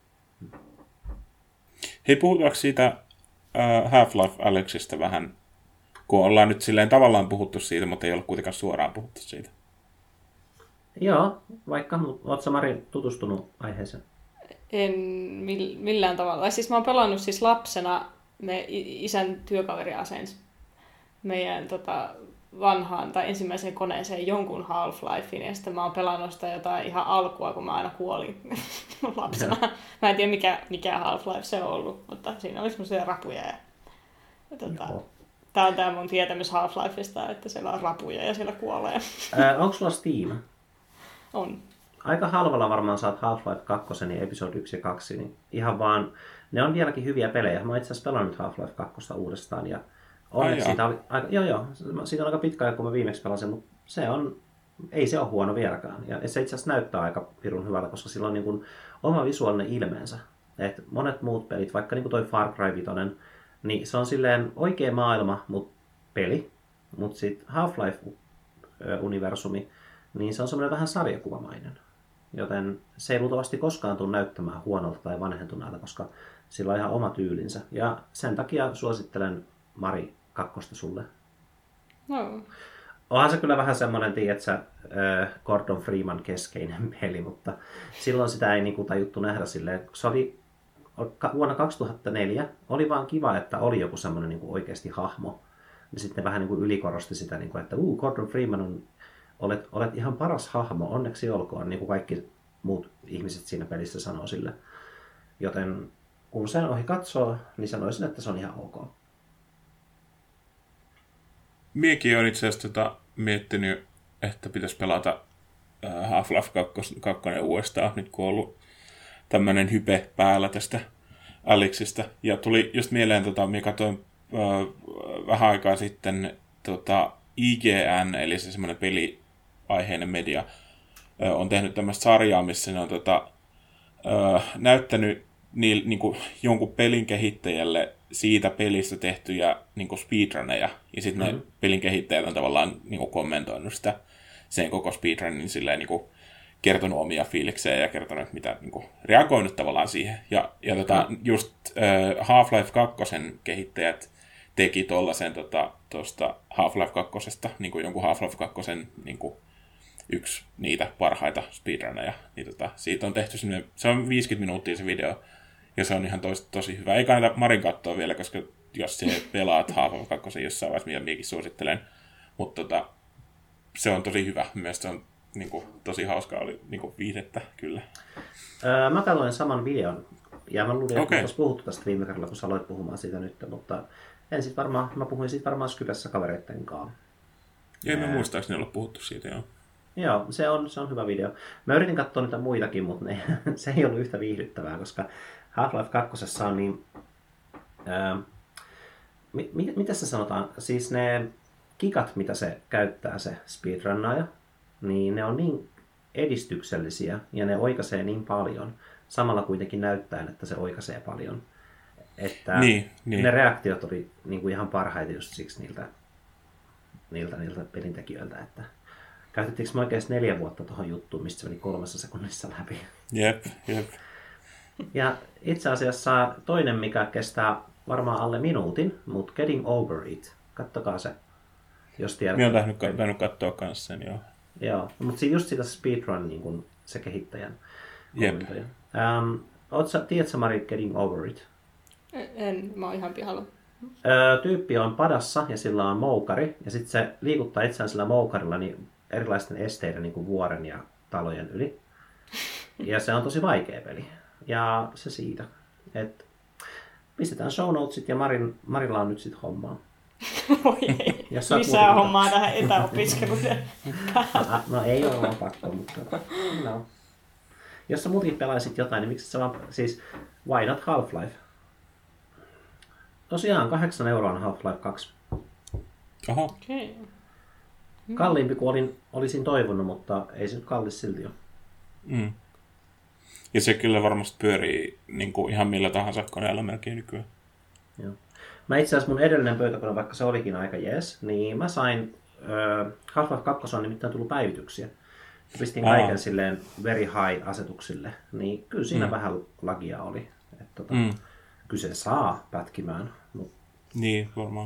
Hei, puhutaanko siitä uh, Half-Life Alyxista vähän, kun ollaan nyt silleen tavallaan puhuttu siitä, mutta ei ole kuitenkaan suoraan puhuttu siitä. Joo, vaikka, ootko Mari tutustunut aiheeseen? En millään tavalla. Siis mä oon pelannut siis lapsena me isän työkaveriaseen meidän tota, vanhaan tai ensimmäiseen koneeseen jonkun Half-Lifein, ja sitten mä oon pelannut sitä jotain ihan alkua, kun mä aina kuolin lapsena. Mä en tiedä, mikä, mikä Half-Life se on ollut, mutta siinä oli semmoisia rapuja. Ja, ja tota, tää on tää mun tietämys Half-Lifeista, että siellä on rapuja ja siellä kuolee. Ää, onko sulla Steam? On. Aika halvalla varmaan saat Half-Life kaksi, niin episode yksi ja kaksi, niin ihan vaan, ne on vieläkin hyviä pelejä. Mä oon itse asiassa pelannut Half-Life kaksi uudestaan, ja onneksi siitä oli aika, joo joo, siitä on aika pitkä aika, kun mä viimeksi pelasin, mutta se on, ei se ole huono vieläkään. Ja se itse asiassa näyttää aika pirun hyvältä, koska sillä on niin kuin oma visuaalinen ilmeensä. Et monet muut pelit, vaikka niin kuin toi Far Cry viisi, niin se on silleen oikea maailma, mutta peli. Mutta sitten Half-Life-universumi, niin se on semmoinen vähän sarjakuvamainen. Joten se ei luultavasti koskaan tule näyttämään huonolta tai vanhentuneelta, koska sillä on ihan oma tyylinsä. Ja sen takia suosittelen Mari kakkosta sulle. No. Onhan se kyllä vähän semmoinen, tiedätkö, Gordon Freeman keskeinen peli, mutta silloin sitä ei niinku tajuttu nähdä silleen. Se oli vuonna kaksituhattaneljä, oli vaan kiva, että oli joku semmoinen niinku oikeasti hahmo. Ja sitten vähän niinku ylikorosti sitä, niinku, että uu, Gordon Freeman on, olet, olet ihan paras hahmo, onneksi olkoon, niin kuin kaikki muut ihmiset siinä pelissä sanoo sille. Joten kun sen ohi katsoo, niin sanoisin, että se on ihan ok. Miekin olen itse asiassa tota miettinyt, että pitäisi pelata Half-Life kaksi uudestaan, nyt kun on ollut tämmöinen hype päällä tästä Alyxista. Ja tuli just mieleen, tota, mikä katsoin äh, vähän aikaa sitten tota, I G N, eli se semmoinen peli aiheinen media ö, on tehnyt tämmöistä sarjaa, missä ne on tota, ö, näyttänyt niin, niin kuin jonkun pelin kehittäjälle siitä pelistä tehtyjä niin kuin speedruneja, ja sitten mm-hmm. ne pelin kehittäjät on tavallaan niin kuin kommentoinut sitä sen koko speedrunin silleen niin kuin kertonut omia fiiliksejä ja kertonut, mitä niin kuin, reagoinut tavallaan siihen. Ja, ja tota, mm. just äh, Half-Life kaksi kehittäjät teki tuollaisen tuosta tota, Half-Life kaksi, niin kuin jonkun Half-Life kaksi niin kuin, yksi niitä parhaita speedruneja. Niin, tota, siitä on tehty semmoinen, se on viisikymmentä minuuttia se video, ja se on ihan tos, tosi hyvä. Ei kannata Marin katsoa vielä, koska jos se pelaat Half-Life kaksi jossain vaiheessa, mitä minäkin suosittelen. Mutta tota, se on tosi hyvä. Mielestäni se on niin kuin, tosi hauskaa, oli niin kuin, viihdettä kyllä. Öö, mä katsoin saman videon, ja mä luulin, okay. että olisi puhuttu tästä viime kerralla, kun sä aloit puhumaan siitä nyt, mutta en sit varmaan, mä puhuin siitä varmaan Skypessä kavereitten kanssa. Ei me muistaakseni olla puhuttu siitä, joo. Joo, se on, se on hyvä video. Mä yritin katsoa niitä muitakin, mutta ne, se ei ollut yhtä viihdyttävää, koska Half-Life kaksi on niin... Ää, mi, mi, mitä se sanotaan? Siis ne kikat, mitä se käyttää, se speedrunnaaja, niin ne on niin edistyksellisiä ja ne oikaisee niin paljon, samalla kuitenkin näyttäen, että se oikaisee paljon. Että niin, niin. Ne reaktiot oli niin kuin ihan parhaita just siksi niiltä, niiltä, niiltä pelintekijöiltä, että käytettiinkö me oikeasti neljä vuotta tuohon juttuun, mistä se meni kolmessa sekunnissa läpi. Jep, jep. Ja itse asiassa toinen, mikä kestää varmaan alle minuutin, mutta Getting Over It. Kattokaa se, jos tiedätte. Minä olen tainnut katsoa kanssa sen, joo. Joo, mutta just sitä speedrun, niin kuin se kehittäjän kommentoja. Um, Oletko, tiedätkö Mari Getting Over It? En, mä oon ihan pihalla. Öö, tyyppi on padassa ja sillä on moukari, ja sitten se liikuttaa itseään sillä moukarilla niin erilaisten esteiden niin kuin vuoren ja talojen yli. Ja se on tosi vaikea peli. Ja se siitä. Et pistetään show notesit ja Marin, Marilla on nyt sitten hommaa. Voi ei. Lisää hommaa mitään tähän etäopiskeluun. no, no ei ole vaan pakko, mutta no. Jos sä muutin pelaisit jotain, niin miksi sä vaan... Siis, why not Half-Life? Tosiaan kahdeksan euroa on Half-Life kaksi. Oho. Okay. Kalliimpi kuin olin, olisin toivonut, mutta ei se nyt kallis silti ole. Mm. Ja se kyllä varmasti pyörii niin kuin ihan millä tahansa koneella melkein nykyään. Joo. Mä itse asiassa mun edellinen pöytäkone, vaikka se olikin aika jees, niin mä sain... Äh, Half-Life kaksi on nimittäin tullut päivityksiä. Pistin kaiken silleen very high-asetuksille, niin kyllä siinä mm. vähän lagia oli. Että tota, mm. kyllä se saa pätkimään. Mut... Niin, varmaan.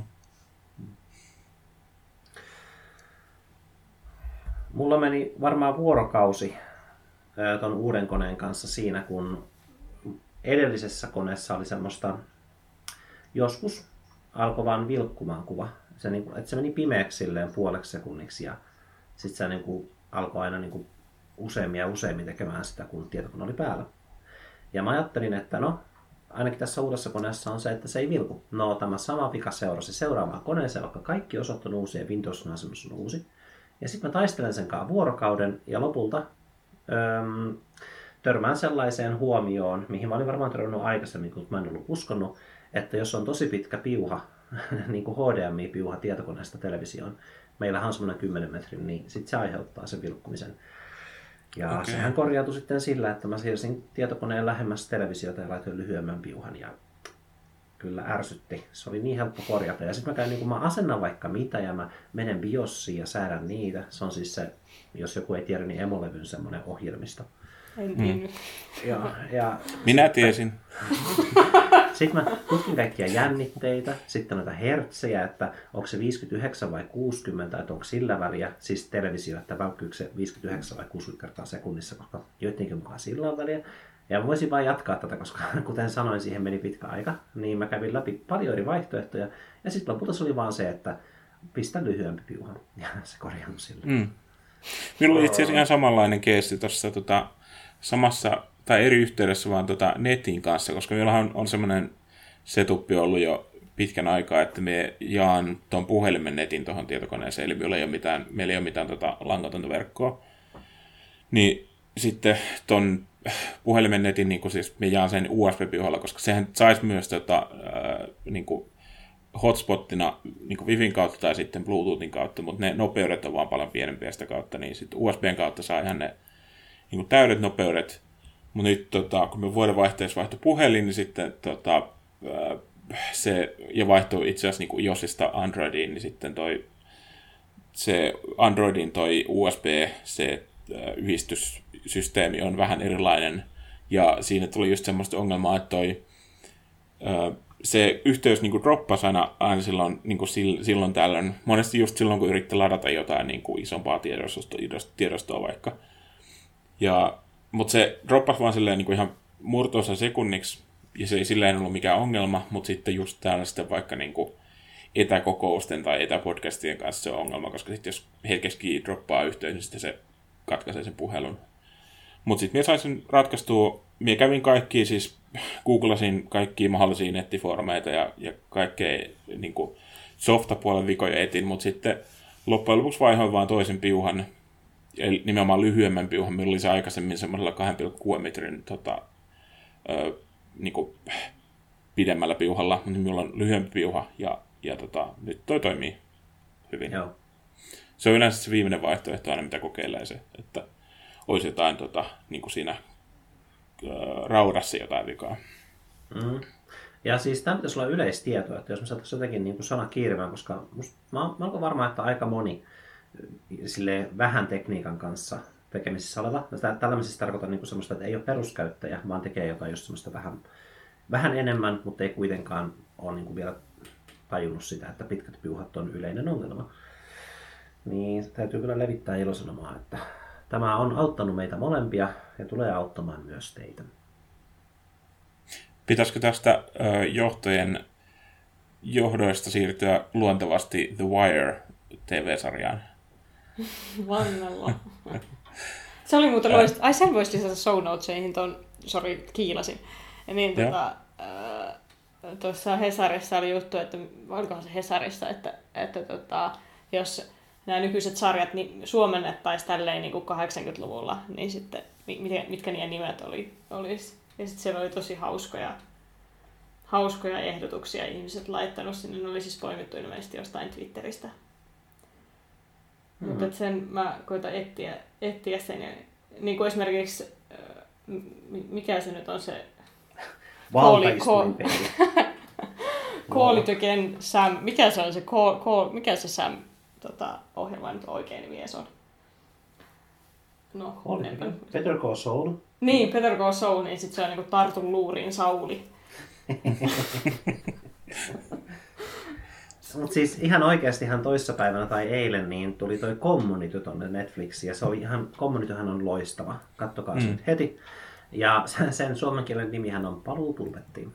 Mulla meni varmaan vuorokausi ton uuden koneen kanssa siinä, kun edellisessä koneessa oli semmoista, joskus alkoi vaan vilkkumaan kuva. Se, niin kuin, että se meni pimeäksi silleen puoleksi sekunniksi ja sitten se niin kuin, alkoi aina niin kuin, useammin ja useammin tekemään sitä, kun tietokone oli päällä. Ja mä ajattelin, että no, ainakin tässä uudessa koneessa on se, että se ei vilku. No, tämä sama vika seurasi seuraavaan koneeseen, vaikka kaikki osat on uusia ja Windows on uusi. Ja sitten mä taistelen sen kanssa vuorokauden ja lopulta öö, törmään sellaiseen huomioon, mihin mä olin varmaan törmännyt aikaisemmin, kun mä en ollut uskonut, että jos on tosi pitkä piuha, niin kuin H D M I-piuha tietokoneesta televisioon, meillähän on semmoinen kymmenen metrin, niin sitten se aiheuttaa sen vilkkumisen. Ja okay. Sehän korjautui sitten sillä, että mä siirsin tietokoneen lähemmäs televisiota ja laitoin lyhyemmän piuhan ja kyllä ärsytti. Se oli niin helppo korjata. Ja sitten mä käyn, niin kun mä asennan vaikka mitä ja mä menen BIOSiin ja säädän niitä. Se on siis se, jos joku ei tiedä, niin Emolevyn semmoinen ohjelmisto. En tiedä. Mm. Ja, ja minä tiesin. Sitten mä tutkin kaikkia jännitteitä, sitten noita hertsejä, että onko se viisikymmentäyhdeksän vai kuusikymmentä, että onko sillä väliä, siis televisio, että välkkyykö se viisikymmentäyhdeksän vai kuusikymmentä kertaa sekunnissa, koska joidenkin mukaan sillä on väliä. Ja mä voisin vain jatkaa tätä, koska kuten sanoin, siihen meni pitkä aika, niin mä kävin läpi paljon eri vaihtoehtoja, ja sitten lopulta se oli vaan se, että pistä lyhyempi piuha, ja se korjannut sillä. Mm. Minulla oli itse asiassa ihan samanlainen keissi tuossa tota, samassa tai eri yhteydessä vaan tota netin kanssa, koska meillä on, on semmoinen setuppi ollut jo pitkän aikaa, että me jaan tuon puhelimen netin tuohon tietokoneeseen, eli meillä ei ole mitään, meillä ei ole mitään tota langatonta verkkoa. Niin sitten tuon puhelimen netin, niin siis me jaan sen U S B-piuhalla, koska sehän saisi myös tota, äh, niin kuin hotspottina niin kuin Wifin kautta tai sitten Bluetoothin kautta, mutta ne nopeudet on vaan paljon pienempiä sitä kautta, niin sitten U S B:n kautta saa ihan ne niin kuin täydet nopeudet. Mutta nyt tota, kun me vuodenvaihteessa vaihtoi puhelin, niin sitten tota, se, ja vaihtoi itse asiassa niin iOSista Androidiin, niin sitten toi, se Androidin toi U S B, se yhdistyssysteemi on vähän erilainen, ja siinä tuli just semmoista ongelmaa, että toi, se yhteys niin kuin droppasi aina, aina silloin, niin kuin silloin tällöin, monesti just silloin, kun yritti ladata jotain niin kuin isompaa tiedostoa, tiedostoa vaikka. Ja, mutta se droppasi vaan silleen niin kuin ihan murto-osa sekunniksi, ja se ei silleen ollut mikään ongelma, mutta sitten just täällä sitten vaikka niin kuin etäkokousten tai etäpodcastien kanssa se on ongelma, koska sitten jos hetkeski droppaa yhteys, niin sitten se katkaisee sen puhelun. Mutta sitten minä saisin ratkaistua, minä kävin kaikkia, siis googlasin kaikkia mahdollisia nettifoorumeita ja, ja kaikkea niin kuin softapuolen vikoja etin, mutta sitten loppujen lopuksi vaihoin vaan toisen piuhan, eli nimenomaan lyhyemmän piuhan. Minulla oli se aikaisemmin semmoisella kaksi pilkku kuusi metrin tota, ö, niin kuin pidemmällä piuhalla, mutta minulla on lyhyempi piuha ja, ja tota, nyt toi toimii hyvin. Joo. Se on yleensä se viimeinen vaihtoehto aina, mitä kokeilee se, että olisi jotain tota, niin kuin siinä ö, raudassa jotain vikaa. Mm. Ja siis tämä pitäisi olla yleistietoa, että jos me saataisiin jotenkin niin kuin sana kiirivään, koska musta, mä, mä olen varma, että aika moni silleen vähän tekniikan kanssa tekemisissä oleva. Tällaisessa tarkoitan niin kuin semmoista, että ei ole peruskäyttäjä, vaan tekee jotain just semmoista vähän, vähän enemmän, mutta ei kuitenkaan ole niin kuin vielä tajunnut sitä, että pitkät piuhat on yleinen ongelma. Niin täytyy kyllä levittää ilosanomaa, että tämä on auttanut meitä molempia ja tulee auttamaan myös teitä. Pitäisikö tästä ö, johtojen johdoista siirtyä luontevasti The Wire-T V-sarjaan? Vannalla. Se oli muuten loistava. Ai sen voisi lisätä show notesihin ton, sori, kiilasin. Ja niin tota, äh, tuossa Hesarissa oli juttu, että olikohan se Hesarissa, että, että tota, jos nämä nykyiset sarjat niin suomennettaisiin tälleen niin kuin kahdeksankymmentäluvulla, niin sitten mitkä, mitkä niiden nimet oli, olisi. Ja sitten siellä oli tosi hauskoja, hauskoja ehdotuksia ihmiset laittanut sinne. Ne oli siis poimittu ilmeisesti jostain Twitteristä. Mm-hmm. Mutta sen mä koitan etsiä, etsiä sen. Ja, niin kuin esimerkiksi, mikä se nyt on se... Valtaistuin Call it again Sam. Mikä se on se call, call, mikä se Sam tota, ohjelma nyt oikein nimi on? No, Better Call Saul. Niin, Better Call Saul, niin sitten se on niinku tartun luuriin Sauli. Mutta siis ihan oikeasti ihan toissapäivänä tai eilen niin tuli toi Community tonne Netflixiin ja se oli ihan, Communityhän on loistava. Kattokaa se mm. nyt heti. Ja sen suomen kielen nimihän on Paluu pulpettiin.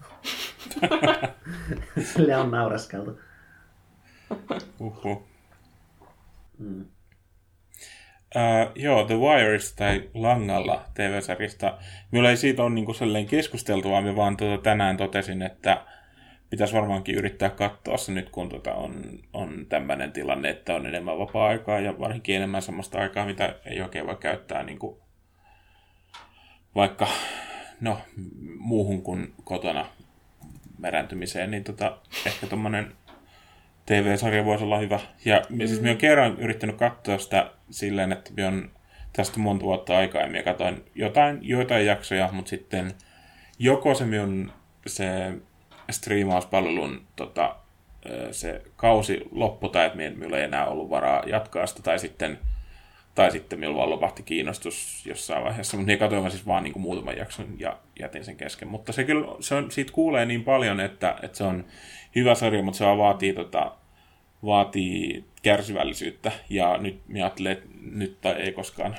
Sille on nauraskeltu. Uhuh. Mm. Uh, joo, The Wireista tai Langalla T V-sarjasta. Minulla ei siitä ole niin sellainen keskusteltu, vaan minä vaan tuota tänään totesin, että pitäisi varmaankin yrittää katsoa se nyt, kun tuota on, on tämmöinen tilanne, että on enemmän vapaa-aikaa ja varsinkin enemmän sellaista aikaa, mitä ei oikein voi käyttää niin kuin vaikka no, muuhun kuin kotona meräntymiseen, niin tota, ehkä tommonen T V-sarja voisi olla hyvä. Ja mm. siis minä olen kerran yrittänyt katsoa sitä silleen, että minä olen tästä monta vuotta aikaa ja minä katsoin jotain, joitain jaksoja, mutta sitten joko se minun se striimauspalvelun tota, se kausi loppui tai että minulla ei enää ollut varaa jatkaa sitä tai sitten Tai sitten minulla vaan lopahti kiinnostus jossain vaiheessa, mutta niin katsoin siis vaan niin kuin muutaman jakson ja jätin sen kesken. Mutta se kyllä, se on, siitä kuulee niin paljon, että, että se on hyvä sarja, mutta se vaan vaatii, tota, vaatii kärsivällisyyttä. Ja nyt minä ajattelen, että nyt tai ei koskaan.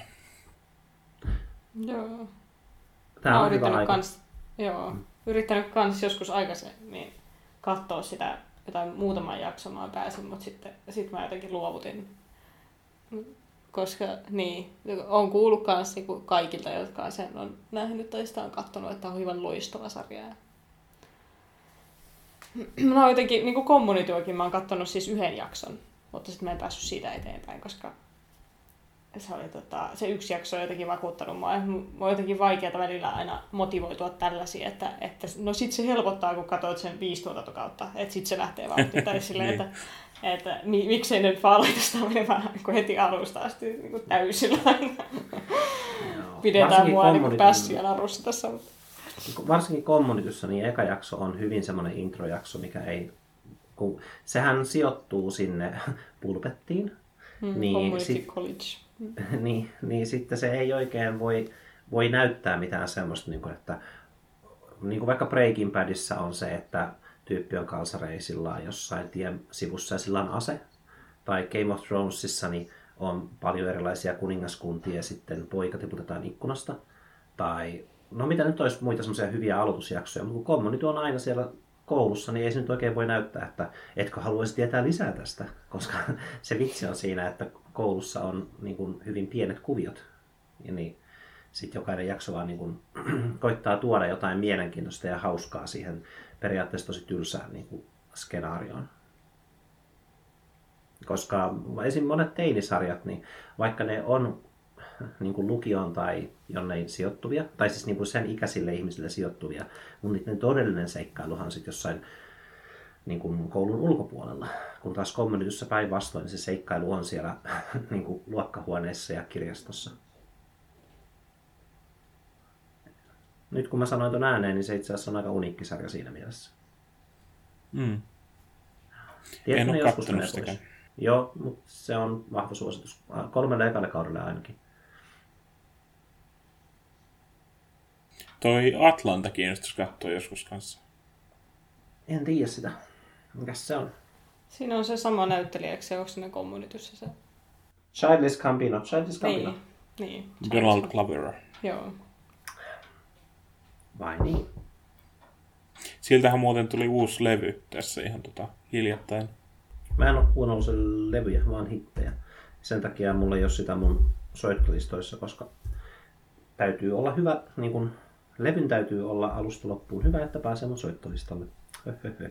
Joo. Tämä on yrittänyt hyvä kans, joo, yrittänyt kans joskus aikaisemmin katsoa sitä jotain muutaman jakson mä pääsin, mutta sitten sit mä jotenkin luovutin. Koska niin, on kuullut myös niin kaikilta, jotka sen on nähnyt tai sitä on katsonut, että on hyvän loistava sarja. Mä oon jotenkin, niin kuin Communityäkin mä oon katsonut siis yhden jakson, mutta sitten mä en päässyt siitä eteenpäin, koska se, oli, tota, se yksi jakso on jotenkin vakuuttanut mua. Mua on jotenkin vaikeaa välillä aina motivoitua tällaisia, että, että no sit se helpottaa, kun katsoit sen viisi tuotantokautta, että sit se lähtee vauhtiin. Tai silleen, että, että mi, miksei nyt vaan laita sitä menemään heti alusta asti niin täysillä aina. Pidetään mua niin pässiä narussa tässä. Varsinkin Communityssä, niin eka jakso on hyvin semmoinen introjakso, mikä ei... Kun sehän sijoittuu sinne pulpettiin. Mm, niin, Community sit, College. Mm. niin, niin sitten se ei oikein voi, voi näyttää mitään semmoista, niin kuin, että niin kuin vaikka Breaking Badissa on se, että tyyppi on kalsareisillaan jossain tien sivussa ja sillä on ase. Tai Game of Thronesissa niin on paljon erilaisia kuningaskuntia ja sitten poika tiputetaan ikkunasta. Tai no mitä nyt olisi muita semmoisia hyviä aloitusjaksoja, mutta kun Community on aina siellä koulussa, niin ei se nyt oikein voi näyttää, että etkö haluaisi tietää lisää tästä, koska se vitsi on siinä, että koulussa on niin kuin hyvin pienet kuviot. Ja niin sitten jokainen jakso vaan niin kuin koittaa tuoda jotain mielenkiintoista ja hauskaa siihen periaatteessa tosi tylsään niin kuin skenaarioon. Koska esim. Monet teinisarjat, niin vaikka ne on niin kuin lukioon tai jonnein sijoittuvia, tai siis niin kuin sen ikäisille ihmisille sijoittuvia, mutta niiden todellinen seikkailuhan sitten jossain niin kuin koulun ulkopuolella. Kun taas Communityssä päinvastoin, niin se seikkailu on siellä niin kuin luokkahuoneessa ja kirjastossa. Nyt kun mä sanoin ton ääneen, niin se itse asiassa on aika uniikki sarja siinä mielessä. Mm. Tiedätkö, en ole kattonut sitäkään. Joo, mutta se on vahva suositus. Kolmelle ekalle kaudelle ainakin. Toi Atlanta kiinnostaisi katsoa joskus kanssa. En tiedä sitä. Mikäs se on? Siinä on se sama näyttelijä, eikö se ole siinä Communityssä se? Childish Gambino. Childish Gambino. Niin. niin. Donald Glover. Joo. Vai niin? Siltähän muuten tuli uusi levy tässä ihan tota hiljattain. Mä en ole kuunnellut sen levyjä, vaan hittejä. Sen takia mulla ei ole sitä mun soittolistoissa, koska täytyy olla hyvä, niin kun levyn täytyy olla alusta loppuun hyvä, että pääsee mun soittolistalle. Höhöhö.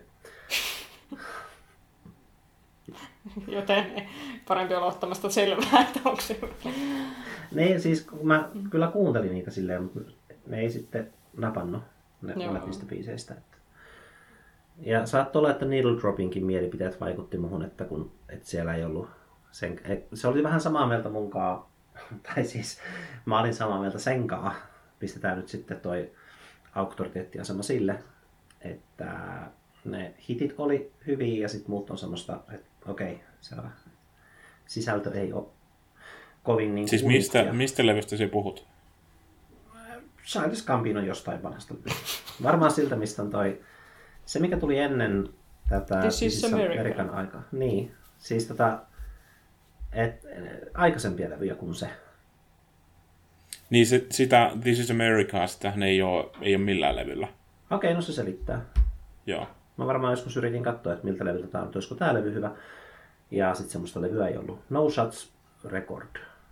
Joten parempi olla ottamasta selvää, että onko se... Ne, siis mä kyllä kuuntelin niitä silleen, mutta ne ei sitten napannut ne monet niistä biiseistä. Ja saattoi olla, että Needle Droppinkin mielipiteet vaikutti muhun, että kun että siellä ei ollut sen, se oli vähän samaa mieltä munkaan, tai siis mä olin samaa mieltä senkaan. Pistetään nyt sitten toi auktoriteettiasema sille, että ne hitit oli hyviä ja sitten muut on semmoista, että okei, se on, sisältö ei ole kovin niin. Siis mistä, mistä levystä sä puhut? Childish Gambino jostain vanhasta. Varmaan siltä, mistä on toi, se mikä tuli ennen tätä This is America. American aikaa. Niin, siis tota, et, aikaisempia levyjä kuin se. Niin se, sitä This is America, sitähän ei ole, ei ole millään levyllä. Okei, okay, no se selittää. Joo. Mä varmaan joskus yritin katsoa, että miltä levyltä tää on, että olisiko tää levy hyvä. Ja sitten semmoista levyä ei ollut. No Shots Record.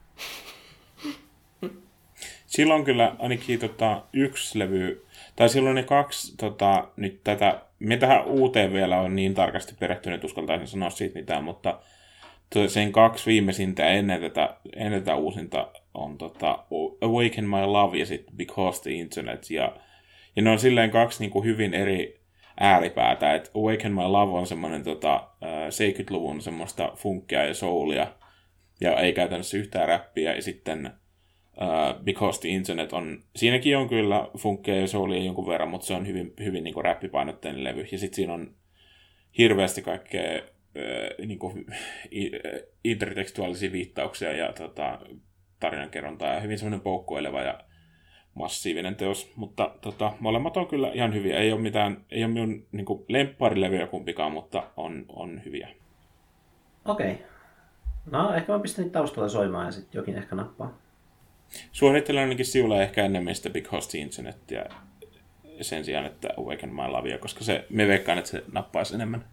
Silloin on kyllä ainakin tota, yksi levy, tai silloin ne kaksi, tota, nyt tätä, me tähän uuteen vielä on niin tarkasti perehtynyt, uskaltaisin sanoa siitä mitään, mutta sen kaksi viimeisintä ennen tätä, ennen tätä uusinta on tota, Awaken My Love ja sitten Because the Internet, ja, ja ne on silleen kaksi niin kuin hyvin eri ääripäätä, että Awaken My Love on semmoinen tota, seitsemänkymmentäluvun semmoista funkia ja soulia, ja ei käytännössä yhtään räppiä, ja sitten Uh, Because the Internet on, siinäkin on kyllä funkkeja ja soulia jonkun verran, mutta se on hyvin, hyvin niin kuin räppipainotteinen levy. Ja sitten siinä on hirveästi kaikkea uh, niin kuin, intertekstuaalisia viittauksia ja tota, tarinankerrontaa ja hyvin semmoinen poukkoileva ja massiivinen teos. Mutta tota, molemmat on kyllä ihan hyviä. Ei ole mitään, ei ole minun niin kuin lempparilevyjä kumpikaan, mutta on, on hyviä. Okei. Okay. No ehkä mä pistän niitä taustalla soimaan ja sitten jokin ehkä nappaa. Suosittelen ainakin sinulle ehkä enemmän sitä Because the Internetia sen sijaan, että Awaken My Lovea, koska se, me veikkaan, että se nappaisi enemmän.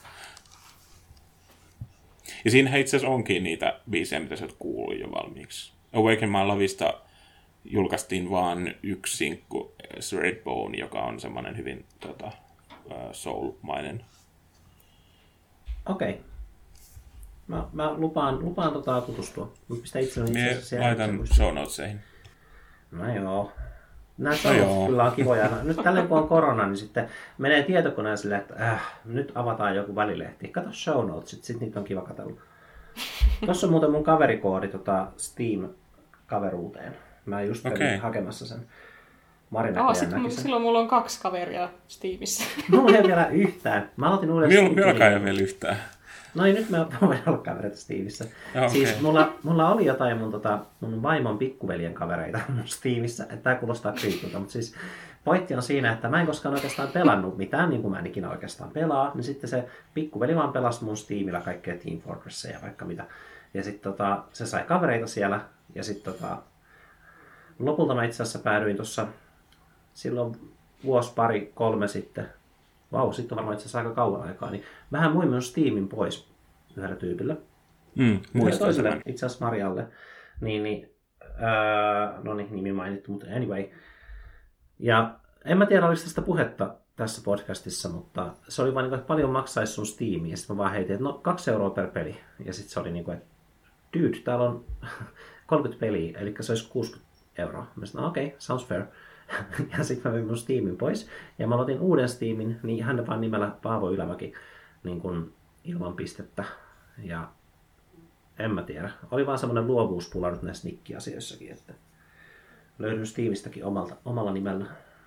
Ja siinä itse asiassa onkin niitä biisejä, mitä sä oot kuullut jo valmiiksi. Awaken My Lovesta julkaistiin vaan yksi sinkku, Redbone, joka on semmoinen hyvin tota, soul-mainen. Okei. Okay. Mä, mä lupaan, lupaan tota tutustua. Mä pistän itselleni Mie itse laitan show notesihin. No joo. Nämä show notes kyllä on kivoja. Nyt tälleen kun on korona, niin sitten menee tietokoneen silleen, että äh, nyt avataan joku välilehti. Kato show notesit, sit niitä on kiva katsella. Tuossa on muuten mun kaverikoodi tota Steam-kaveruuteen. Mä just kävin okay. hakemassa sen. Mari ah, sit m- silloin mulla on kaksi kaveria Steamissa. Mulla ei ole vielä yhtään. Mä aloitin uuden Steam. Minulla ei ole vielä yhtään. No niin, nyt me voidaan olla kavereita Steamissa. Okay. Siis mulla, mulla oli jotain mun, tota, mun vaimon pikkuveljen kavereita mun Steamissa. Tää kuulostaa kriittulta, mutta siis pointti on siinä, että mä en koskaan oikeastaan pelannut mitään, niin kuin mä en ikinä oikeastaan pelaa. Niin sitten se pikkuveli vaan pelasi mun Steamilla kaikkea Team Fortressia ja vaikka mitä. Ja sitten tota, se sai kavereita siellä. Ja sitten tota, lopulta mä itse asiassa päädyin tuossa silloin vuosi, pari, kolme sitten. Vau, sitten on varmaan itse asiassa aika kauan aikaa. Niin vähän muin mun Steamin pois yhdellä tyypillä. Mm, ja toiselle, itse asiassa Marialle. Niin, niin, öö, no niin, nimi mainittu, mutta anyway. Ja en mä tiedä, oliko tästä puhetta tässä podcastissa, mutta se oli vaan niin, että paljon maksaisi sun Steamiin. Ja sitten mä vaan heitin, että no kaksi euroa per peli. Ja sitten se oli niin kuin, että dude, täällä on kolmekymmentä peliä, eli se olisi kuusikymmentä euroa. Mä sanoin, okei, okay, sounds fair. Ja sitten mä vein mun Steamin pois. Ja mä aloitin uuden Steamin, niin hän vaan nimellä Paavo Ylämäki niin kuin ilman pistettä. Ja en mä tiedä. Oli vaan semmoinen luovuuspula nyt näissä nikkiasioissakin, että löydyn Steamistäkin omalta, omalla nimellä.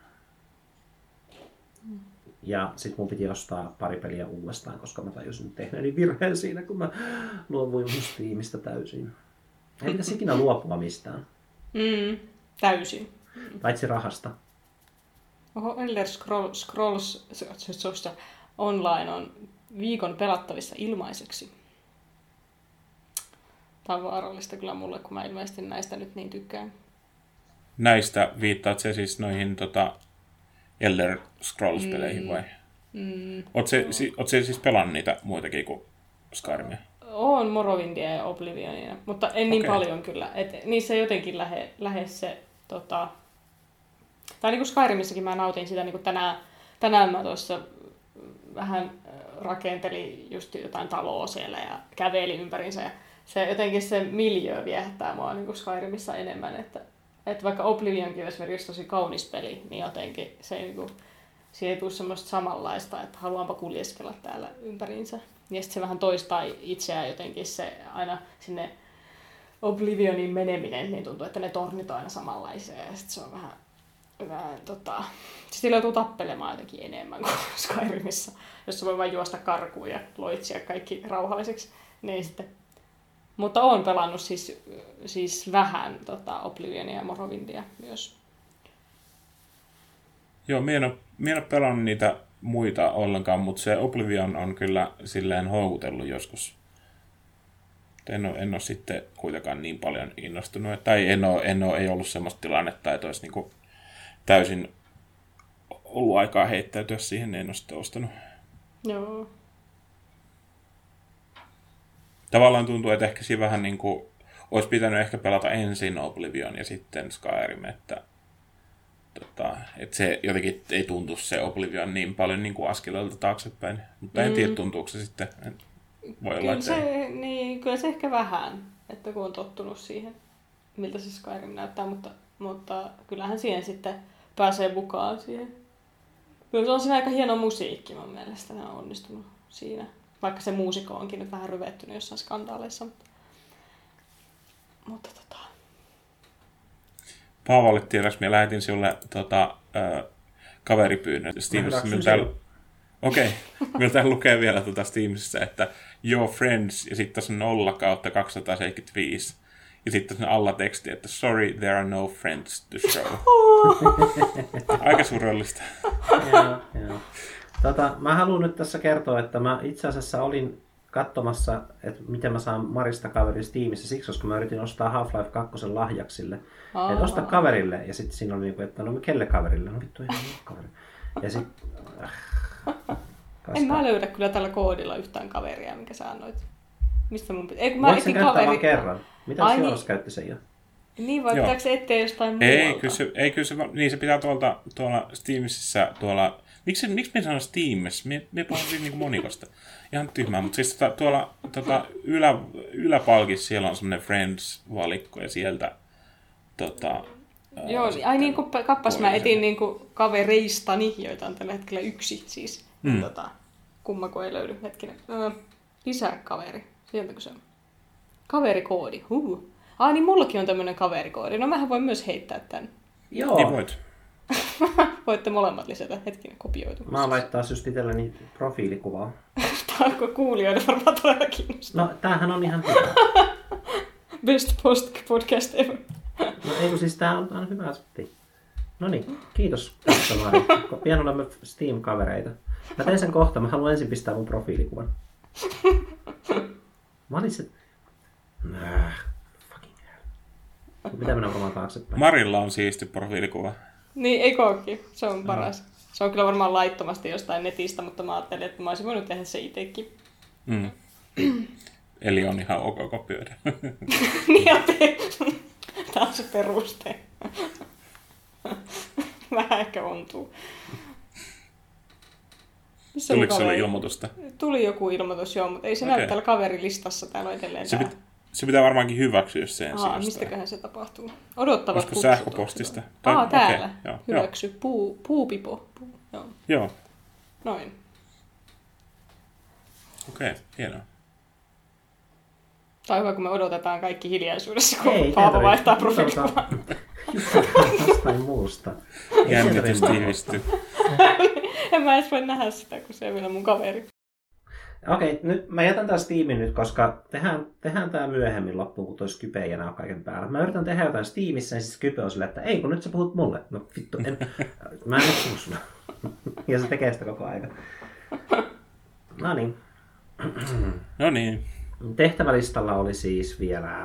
Mm. Ja sit mun piti ostaa pari peliä uudestaan, koska mä tajusin tehneeni virheen siinä, kun mä luovuin mun Steamista täysin. Ei pitäisi ikinä luopua mistään. Mm, täysin. Paitsi rahasta. Oho, Elder Scrolls, Scrolls Online on viikon pelattavissa ilmaiseksi. Tämä on vaarallista kyllä mulle, kun mä ilmeisesti näistä nyt niin tykkään. Näistä viittaat se siis noihin tota, Elder Scrolls-peleihin mm. vai? Mm. Oot se, si, oot se siis pelannut niitä muitakin kuin Skyrimia? Oon Morrowindia ja Oblivionia, mutta en niin okay. paljon kyllä. Et niissä jotenkin lähe, lähe se... Tota, tai niin kuin Skyrimissäkin mä nautin sitä, niin kuin tänään, tänään mä tuossa vähän rakentelin just jotain taloa siellä ja kävelin ympärinsä. Ja se, jotenkin se miljöö viehättää mua niin kuin Skyrimissa enemmän, että, että vaikka Oblivionkin olisi tosi kaunis peli, niin jotenkin se niin kuin, siihen ei tule semmoista samanlaista, että haluanpa kuljeskella täällä ympärinsä. Ja sitten se vähän toistaa itseään jotenkin se aina sinne Oblivionin meneminen, niin tuntuu, että ne tornit on aina samanlaisia ja sitten se on vähän, vähän tota... Sitten joutuu tappelemaan jotenkin enemmän kuin Skyrimissa, jossa voi vain juosta karkuun ja loitsia kaikki rauhalliseksi. Niin sitten. Mutta oon pelannut siis, siis vähän tota, Oblivionia ja Morrowindia myös. Joo, minä en, ole, minä en ole pelannut niitä muita ollenkaan, mutta se Oblivion on kyllä silleen houkutellut joskus. En ole, en ole sitten kuitenkaan niin paljon innostunut. Tai en ole, en ole, ei ollut semmoista tilannetta, että olisi niin kuin täysin ollut aikaa heittäytyä siihen, niin en ole sitten ostanut. Joo. Tavallaan tuntuu, että ehkä siinä vähän niin kuin olisi pitänyt ehkä pelata ensin Oblivion ja sitten Skyrim, että, tota, että se jotenkin ei tuntu se Oblivion niin paljon niin kuin askeleelta taaksepäin. Mutta en mm. tiedä, tuntuuko se sitten. Voi kyllä, olla, se, niin, kyllä se ehkä vähän, että kun on tottunut siihen, miltä se Skyrim näyttää, mutta, mutta kyllähän siihen sitten pääsee mukaan siihen. Kyllä se on siinä aika hieno musiikki mun mielestä, ne on onnistunut siinä. Vaikka se muusikko onkin nyt vähän ryvettynyt jossain skandaaleissa. Mutta, mutta tota... Paavalle tiedäks, minä lähetin sinulle tota, äh, kaveripyynnön Steamissa. Okei, okay. Meillä täällä lukee vielä tuota Steamissa, että your friends, ja sitten on nolla kautta kaksisataaseitsemänkymmentäviisi. Ja sitten on alla teksti, että sorry, there are no friends to show. Aika surullista. Joo, joo. Tota, mä haluan nyt tässä kertoa, että mä itse asiassa olin katsomassa, että miten mä saan Marista kaverin Steamissa siksi, koska mä yritin ostaa Half-Life kaksi lahjaksille. Aa. Että osta kaverille, ja sitten siinä oli niinku, että no kelle kaverille? No vittu, ihan kaveri. Ja sitten... Äh, en mä löydä kyllä tällä koodilla yhtään kaveria, minkä sä annoit. Mistä mun pitää... Voitko sen käyttää kaveri... vaan kerran? Mitä se Joonas käytti sen jo? Niin, vai pitääkö se etsiä jostain muualta? Ei, kyllä se, ei, kyllä se, niin se pitää tuolta, tuolla Steamissa, tuolla Miksi, miksi me sanoisi Steamissa? Me, me puhumme siis niin monikosta. Ihan tyhmää, mutta siis tota, tuolla tota, ylä, yläpalkissa siellä on semmoinen Friends-valikko ja sieltä tota, Joo, ai niin kuin kappas mä etin niin kuin kavereistani, joita on tällä hetkellä yksi siis. Mm. Tota, kummako ei löydy, hetkinen. Öö, lisää kaveri, sieltäkö se on? Kaverikoodi, huh. Ah, niin mullakin on tämmönen kaverikoodi. No mähän voin myös heittää tän. Joo. Niin voit. Voitte molemmat lisätä, hetkinen, kopioitu. Mä laittaa just itselleni profiilikuvaa. Tää onko kuulijoiden varmaan todella kiinnostaa. No, tämähän on ihan hyvä. Best post podcast ever. No ei kun siis tää on, tää on hyvä setti. No niin, kiitos tästä Mari. Pian olemme Steam-kavereita. Mä teen sen kohta, mä haluan ensin pistää mun profiilikuvan. Mä olin se... Nah, fucking hell. Pitää mennä varmaan taaksepäin. Marilla on siisti profiilikuva. Niin, ei kookki. Se on paras. No. Se on kyllä varmaan laittomasti jostain netistä, mutta mä ajattelin, että mä olisin voinut tehdä se itsekin. Mm. Eli on ihan ok kopioida. Niin ja te... Tää on se peruste. Vähän ehkä ontuu. Missä Tuliko sulle ilmoitusta? Tuli joku ilmoitus, joo, mutta ei se okay. näy täällä kaverilistassa. Täällä on edelleen se, tää. pit, se pitää varmaankin hyväksyä, jos se ensin. Aa, mistäköhän se tapahtuu? Odottavat kutsut. Olisiko sähköpostista? Aa, okay, täällä. Joo, Hyväksy. Puu, puupipo. Puu, joo. Joo. Noin. Okei, okay, hienoa. Tai hyvä, kun me odotetaan kaikki hiljaisuudessa, kun ei, Paavo vaihtaa profiilikuvan. Jostain muusta. Jännitys tiivistyy. En mä edes voi nähdä sitä, kun se on vielä mun kaveri. Okei, okay, nyt mä jätän taas Steamin nyt, koska tehdään, tehdään tää myöhemmin loppuun, kun toi Skype ei enää ole kaiken päällä. Mä yritän tehdä jotain Steamissa, ja siis Skype on silleen, että ei, kun nyt sä puhut mulle. No vittu, en, mä en nyt puhu sulle. Ja se tekee sitä koko ajan. No niin. No niin. Tehtävälistalla oli siis vielä...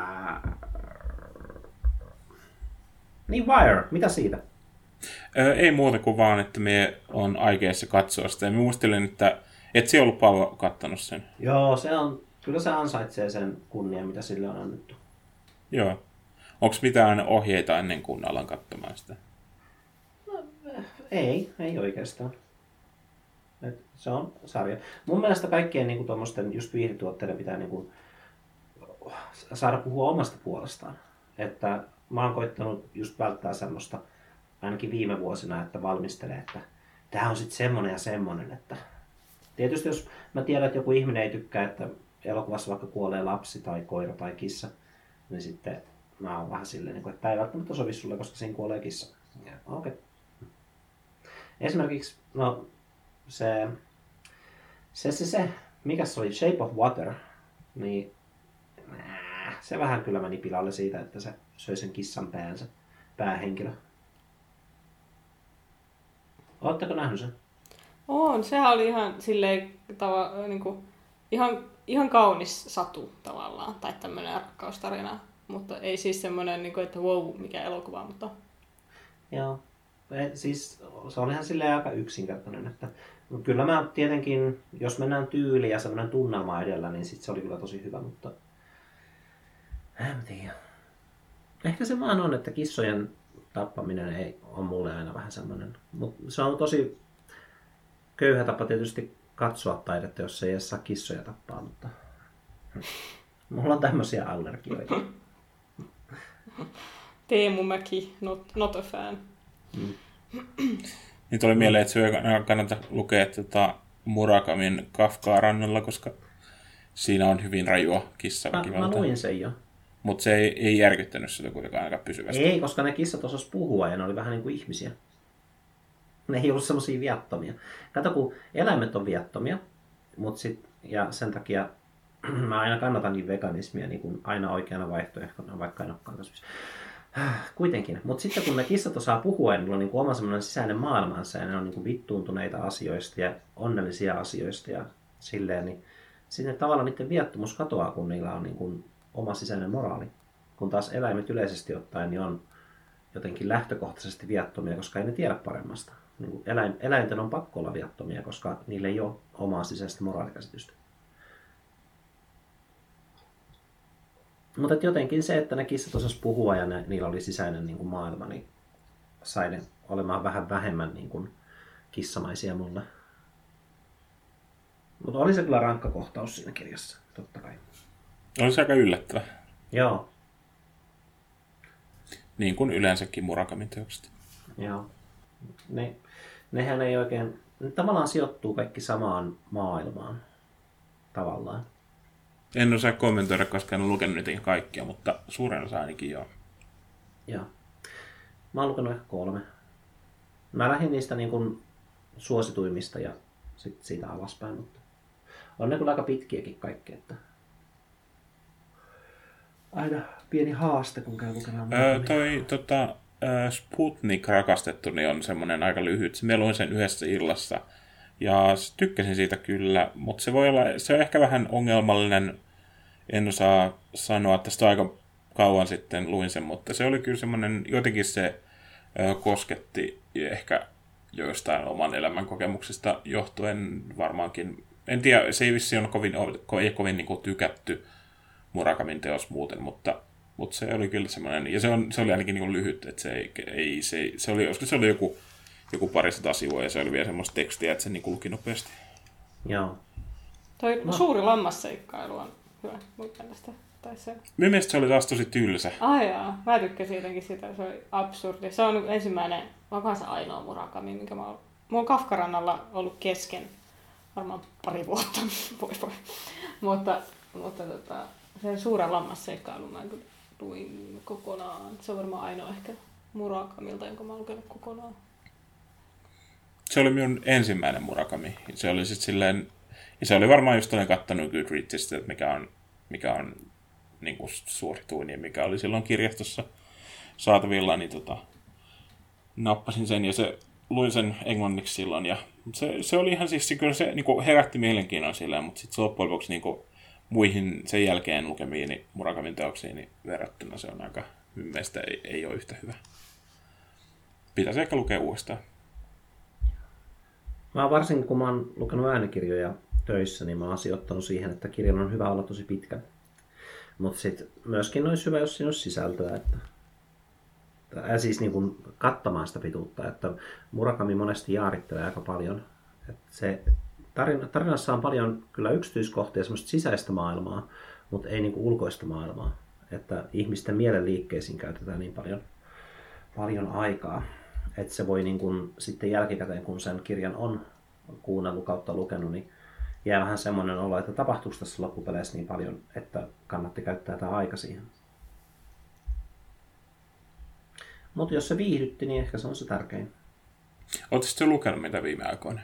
Niin Wire, mitä siitä? Öö, ei muuta kuin vaan, että me on aikeissa katsoa sitä. Ja mä muistelin, että et se ollut paljon kattanut sen. Joo, se on, kyllä se ansaitsee sen kunnian, mitä sille on annettu. Joo. Onko mitään ohjeita ennen kuin alan katsomaan sitä? No, ei, ei oikeastaan. Et se on sarja. Mun mielestä kaikkien niin tuommoisten just viihdituotteiden pitää niin kuin, saada puhua omasta puolestaan. Että mä oon koittanut just välttää semmoista, ainakin viime vuosina, että valmistelee, että tää on sitten semmonen ja semmonen. Että... Tietysti jos mä tiedän, että joku ihminen ei tykkää, että elokuvassa vaikka kuolee lapsi tai koira tai kissa, niin sitten mä oon vähän silleen, että tämä ei välttämättä sovi sulle, koska siinä kuolee kissa. Okei. Okay. Esimerkiksi, no se, se, se, se, mikä se oli, Shape of Water, niin äh, se vähän kyllä meni pilalle siitä, että se söi sen kissan päänsä, päähenkilö. Oletteko nähnyt sen? On, sehän oli ihan silleen tava, niin kuin, ihan, ihan kaunis satu tavallaan, tai tämmöinen rakkaustarina, mutta ei siis semmoinen, niin kuin, että wow, mikä elokuva, mutta... Joo, e, siis se on ihan silleen aika yksinkertainen, että kyllä mä tietenkin, jos mennään tyyliin ja semmoinen tunnelma edellä, niin sit se oli kyllä tosi hyvä, mutta en tiedä. Ehkä se vaan on, että kissojen tappaminen ei ole mulle aina vähän semmoinen, mutta se on tosi köyhä tapa tietysti katsoa taidetta, jos ei edes saa kissoja tappaa, mutta mulla on tämmöisiä allergioita. Teemu Mäki, not, not a fan. Mm. Niin tuli mieleen, että se kannattaa lukea tuota Murakamin Kafkaa rannalla, koska siinä on hyvin rajua kissaväkivaltaa. Mä, mä luin sen jo. Mutta se ei, ei järkyttänyt sitä kuitenkaan aika pysyvästi. Ei, koska ne kissat osas puhua ja ne oli vähän niin kuin ihmisiä. Ne ei ollut semmosia viattomia. Kato, kun eläimet on viattomia, mut sit, ja sen takia mä aina kannatankin veganismia niin kuin aina oikeana vaihtoehtona, vaikka en olekaan kasvis. Kuitenkin. Mutta sitten kun ne kissat osaa puhua ja niillä on niin kuin oma semmoinen sisäinen maailmansa ja ne on niin kuin vittuuntuneita asioista ja onnellisia asioista ja silleen, niin sitten tavallaan niiden viattomuus katoaa, kun niillä on niin kuin oma sisäinen moraali. Kun taas eläimet yleisesti ottaen niin on jotenkin lähtökohtaisesti viattomia, koska ei ne tiedä paremmasta. Niin kuin eläin, eläinten on pakko olla viattomia, koska niillä ei ole omaa sisäistä moraalikäsitystä. Mutta jotenkin se, että ne kissat osas puhua ja ne, niillä oli sisäinen niin kuin maailma, niin sai ne olemaan vähän vähemmän niin kuin kissamaisia mulle. Mutta oli se kyllä rankka kohtaus siinä kirjassa, totta kai. Oli se aika yllättävä. Joo. Niin kuin yleensäkin Murakamin teokset. Joo. Ne, nehän ei oikein, ne tavallaan sijoittuu kaikki samaan maailmaan. Tavallaan. En osaa kommentoida, koska en ole lukenut niitä kaikkia, mutta suurin osa ainakin joo. Joo. Mä oon lukenut ehkä kolme. Mä lähdin niistä niin kuin suosituimmista ja sitten siitä alaspäin, mutta on ne kyllä aika pitkiäkin kaikki, että aina pieni haaste, kun käy lukemaan. Öö, toi tota, Sputnik rakastettu niin on semmoinen aika lyhyt. Mä luin sen yhdessä illassa ja tykkäsin siitä kyllä, mutta se voi olla, se on ehkä vähän ongelmallinen. En osaa sanoa, että tästä aika kauan sitten luin sen, mutta se oli kyllä semmoinen, jotenkin se ö, kosketti ehkä joistain oman elämän kokemuksista johtuen varmaankin. En tiedä, se ei vissiin ole kovin, ei kovin niin kuin tykätty Murakamin teos muuten, mutta, mutta se oli kyllä semmoinen, ja se, on, se oli ainakin niin kuin lyhyt, että se ei, ei se, se oli, se oli joku, joku parisata sivua, ja se oli vielä semmoista tekstiä, että se niin luki nopeasti. Joo. Toi No. Suuri lammasseikkailu on hyvä. Muistan tästä. Tai se. Minun mielestä se oli taas tosi tylsä. Ai jaa, mä tykkäsin jotenkin sitä, se oli absurdi. Se on ensimmäinen, onkohan se ainoa Murakami, minkä mä oon... Mulla on Kafkarannalla ollut kesken varmaan pari vuotta, voi voi. Mutta, mutta tota, sen Suuren lammasseikkailun mä kyllä luin kokonaan. Se on varmaan ainoa ehkä Murakamilta, jonka mä oon lukenut kokonaan. Se oli minun ensimmäinen Murakami. Se oli sitten silleen, ja se oli varmaan just olen kattanut Goodreadsista, että mikä on, mikä on niin kuin suosituin ja mikä oli silloin kirjastossa saatavilla, niin tota, nappasin sen ja se, luin sen englanniksi silloin. Ja se, se oli ihan siis, kyllä se niin kuin herätti mielenkiinnon silleen, mutta sitten loppujen lopuksi niin kuin muihin sen jälkeen lukemiin niin Murakamin teoksiin niin verrattuna se on aika, minun mielestä ei, ei ole yhtä hyvä. Pitäisi ehkä lukea uudestaan. Mä varsinkin kun mä oon lukenut äänikirjoja töissä, niin mä oon sijoittanut siihen, että kirjan on hyvä olla tosi pitkä. Mutta sitten myöskin olisi hyvä, jos siinä olisi sisältöä. Että, ja siis niin kuin kattamaan sitä pituutta. Että Murakami monesti jaarittelee aika paljon. Että se tarina, tarinassa on paljon kyllä yksityiskohtia, semmoista sisäistä maailmaa, mutta ei niin kuin ulkoista maailmaa. Että ihmisten mielenliikkeisiin käytetään niin paljon, paljon aikaa. Että se voi niin kuin sitten jälkikäteen, kun sen kirjan on kuunnellut kautta lukenut, niin jää vähän semmoinen olo, että tapahtuuko tässä loppupeleissä niin paljon, että kannatti käyttää tämä aika siihen. Mutta jos se viihdytti, niin ehkä se on se tärkein. Oletko sitten lukenut mitä viime aikoina?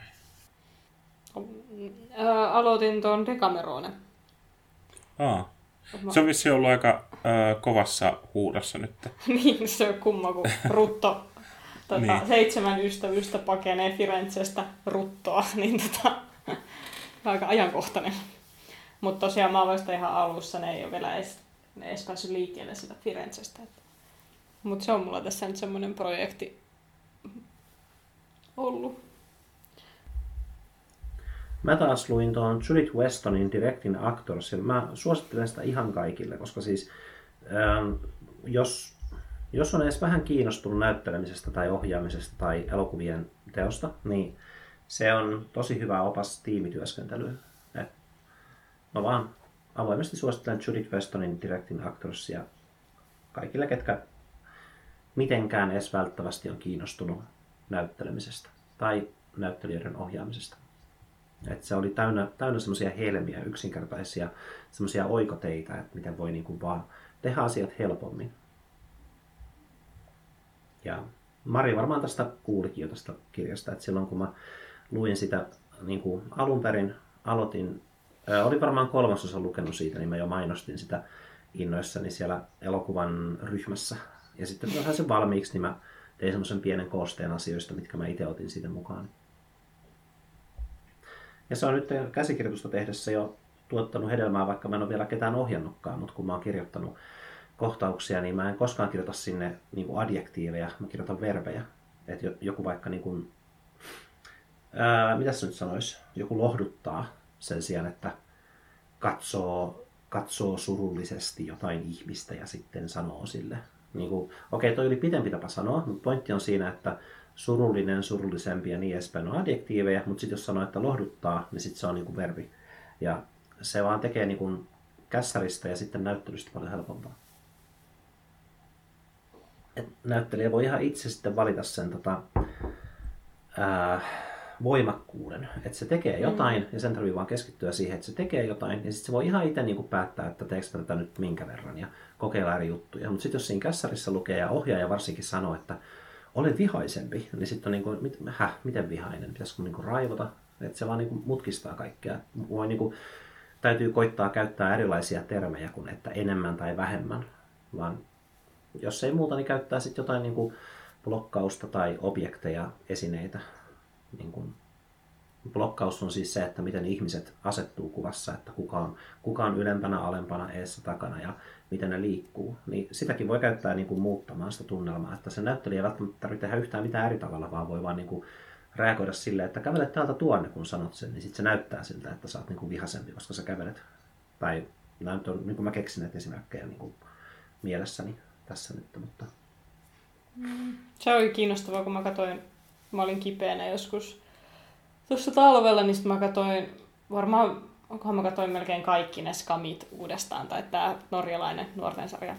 Ää, aloitin tuon Decamerone. Aa. Se on vissiin ollut aika ää, kovassa huudossa nyt. Niin, se on kumma, kun Rutto, tota, Niin. seitsemän ystävystä pakenee Firenzestä Ruttoa, niin tota, aika ajankohtainen. Mutta tosiaan mä oon vasta ihan alussa, ne ei ole vielä edes, ne edes päässyt liikkeelle sitä Firenzestä. Mutta se on mulla tässä nyt semmoinen projekti ollut. Mä taas luin tuon Judith Westonin Directing Actors, ja mä suosittelen sitä ihan kaikille, koska siis ähm, jos, jos on edes vähän kiinnostunut näyttelemisestä tai ohjaamisesta tai elokuvien teosta, niin se on tosi hyvä opas tiimityöskentelyyn. Et mä vaan avoimesti suosittelen Judith Westonin Directing Actors ja kaikille, ketkä mitenkään edes välttävästi on kiinnostunut näyttelemisestä tai näyttelijöiden ohjaamisesta. Et se oli täynnä, täynnä semmoisia helmiä, yksinkertaisia semmoisia oikoteitä, että miten voi niinku vaan tehdä asiat helpommin. Ja Mari varmaan tästä kuulikin jo tästä kirjasta, että silloin kun mä luin sitä niin kuin alun perin, aloitin, ää, oli varmaan kolmasosa lukenut siitä, niin mä jo mainostin sitä innoissani siellä elokuvan ryhmässä. Ja sitten kun sain sen valmiiksi, niin mä tein semmoisen pienen koosteen asioista, mitkä mä itse otin siitä mukaan. Ja se on nyt käsikirjoitusta tehdessä jo tuottanut hedelmää, vaikka mä en ole vielä ketään ohjannutkaan, mutta kun mä oon kirjoittanut kohtauksia, niin mä en koskaan kirjoita sinne niin kuin adjektiiveja, mä kirjoitan verbejä. Että joku vaikka, niin kuin, ää, mitä se nyt sanoisi, joku lohduttaa sen sijaan, että katsoo, katsoo surullisesti jotain ihmistä ja sitten sanoo sille. Niin kuin, okei, toi oli pitempi tapa sanoa, mutta pointti on siinä, että surullinen, surullisempi ja niin edespäin on adjektiiveja, mutta sitten jos sanoo, että lohduttaa, niin sitten se on niin kuin verbi. Ja se vaan tekee niin kuin kässäristä ja sitten näyttelystä paljon helpompaa. Et näyttelijä voi ihan itse sitten valita sen tota, ää, voimakkuuden, että se tekee jotain mm. ja sen tarvii vaan keskittyä siihen, että se tekee jotain ja sitten se voi ihan itse niin kuin päättää, että teekö tätä nyt minkä verran ja kokeilla eri juttuja. Mutta sitten jos siinä kässarissa lukee ja ohjaaja varsinkin sanoo, että olet vihaisempi, niin sitten on niin kuin, mit, häh, miten vihainen, pitäisikö niin kuin raivota, että se vaan niin kuin mutkistaa kaikkea. Voi niin kuin, täytyy koittaa käyttää erilaisia termejä kuin että enemmän tai vähemmän, vaan jos ei muuta, niin käyttää sitten jotain niin kuin blokkausta tai objekteja, esineitä. Niin kuin, blokkaus on siis se, että miten ihmiset asettuu kuvassa, että kuka on, kuka on ylempänä, alempana, eessä, takana ja miten ne liikkuu. Niin sitäkin voi käyttää niin kuin muuttamaan sitä tunnelmaa, että se näyttelijä ei välttämättä tarvitse tehdä yhtään mitään eri tavalla, vaan voi vaan niin kuin reagoida silleen, että kävelet täältä tuonne, kun sanot sen, niin sitten se näyttää siltä, että sä oot niin kuin vihaisempi, koska sä kävelet. Tai näin on, niin kuin mä keksin näitä esimerkkejä niin kuin mielessäni tässä nyt, mutta... Se oli kiinnostavaa, kun mä katsoin, mä olin kipeänä joskus tuossa talvella, niin sitten mä katsoin, varmaan, onkohan mä katsoin melkein kaikki ne Skamit uudestaan, tai tää norjalainen nuorten sarja.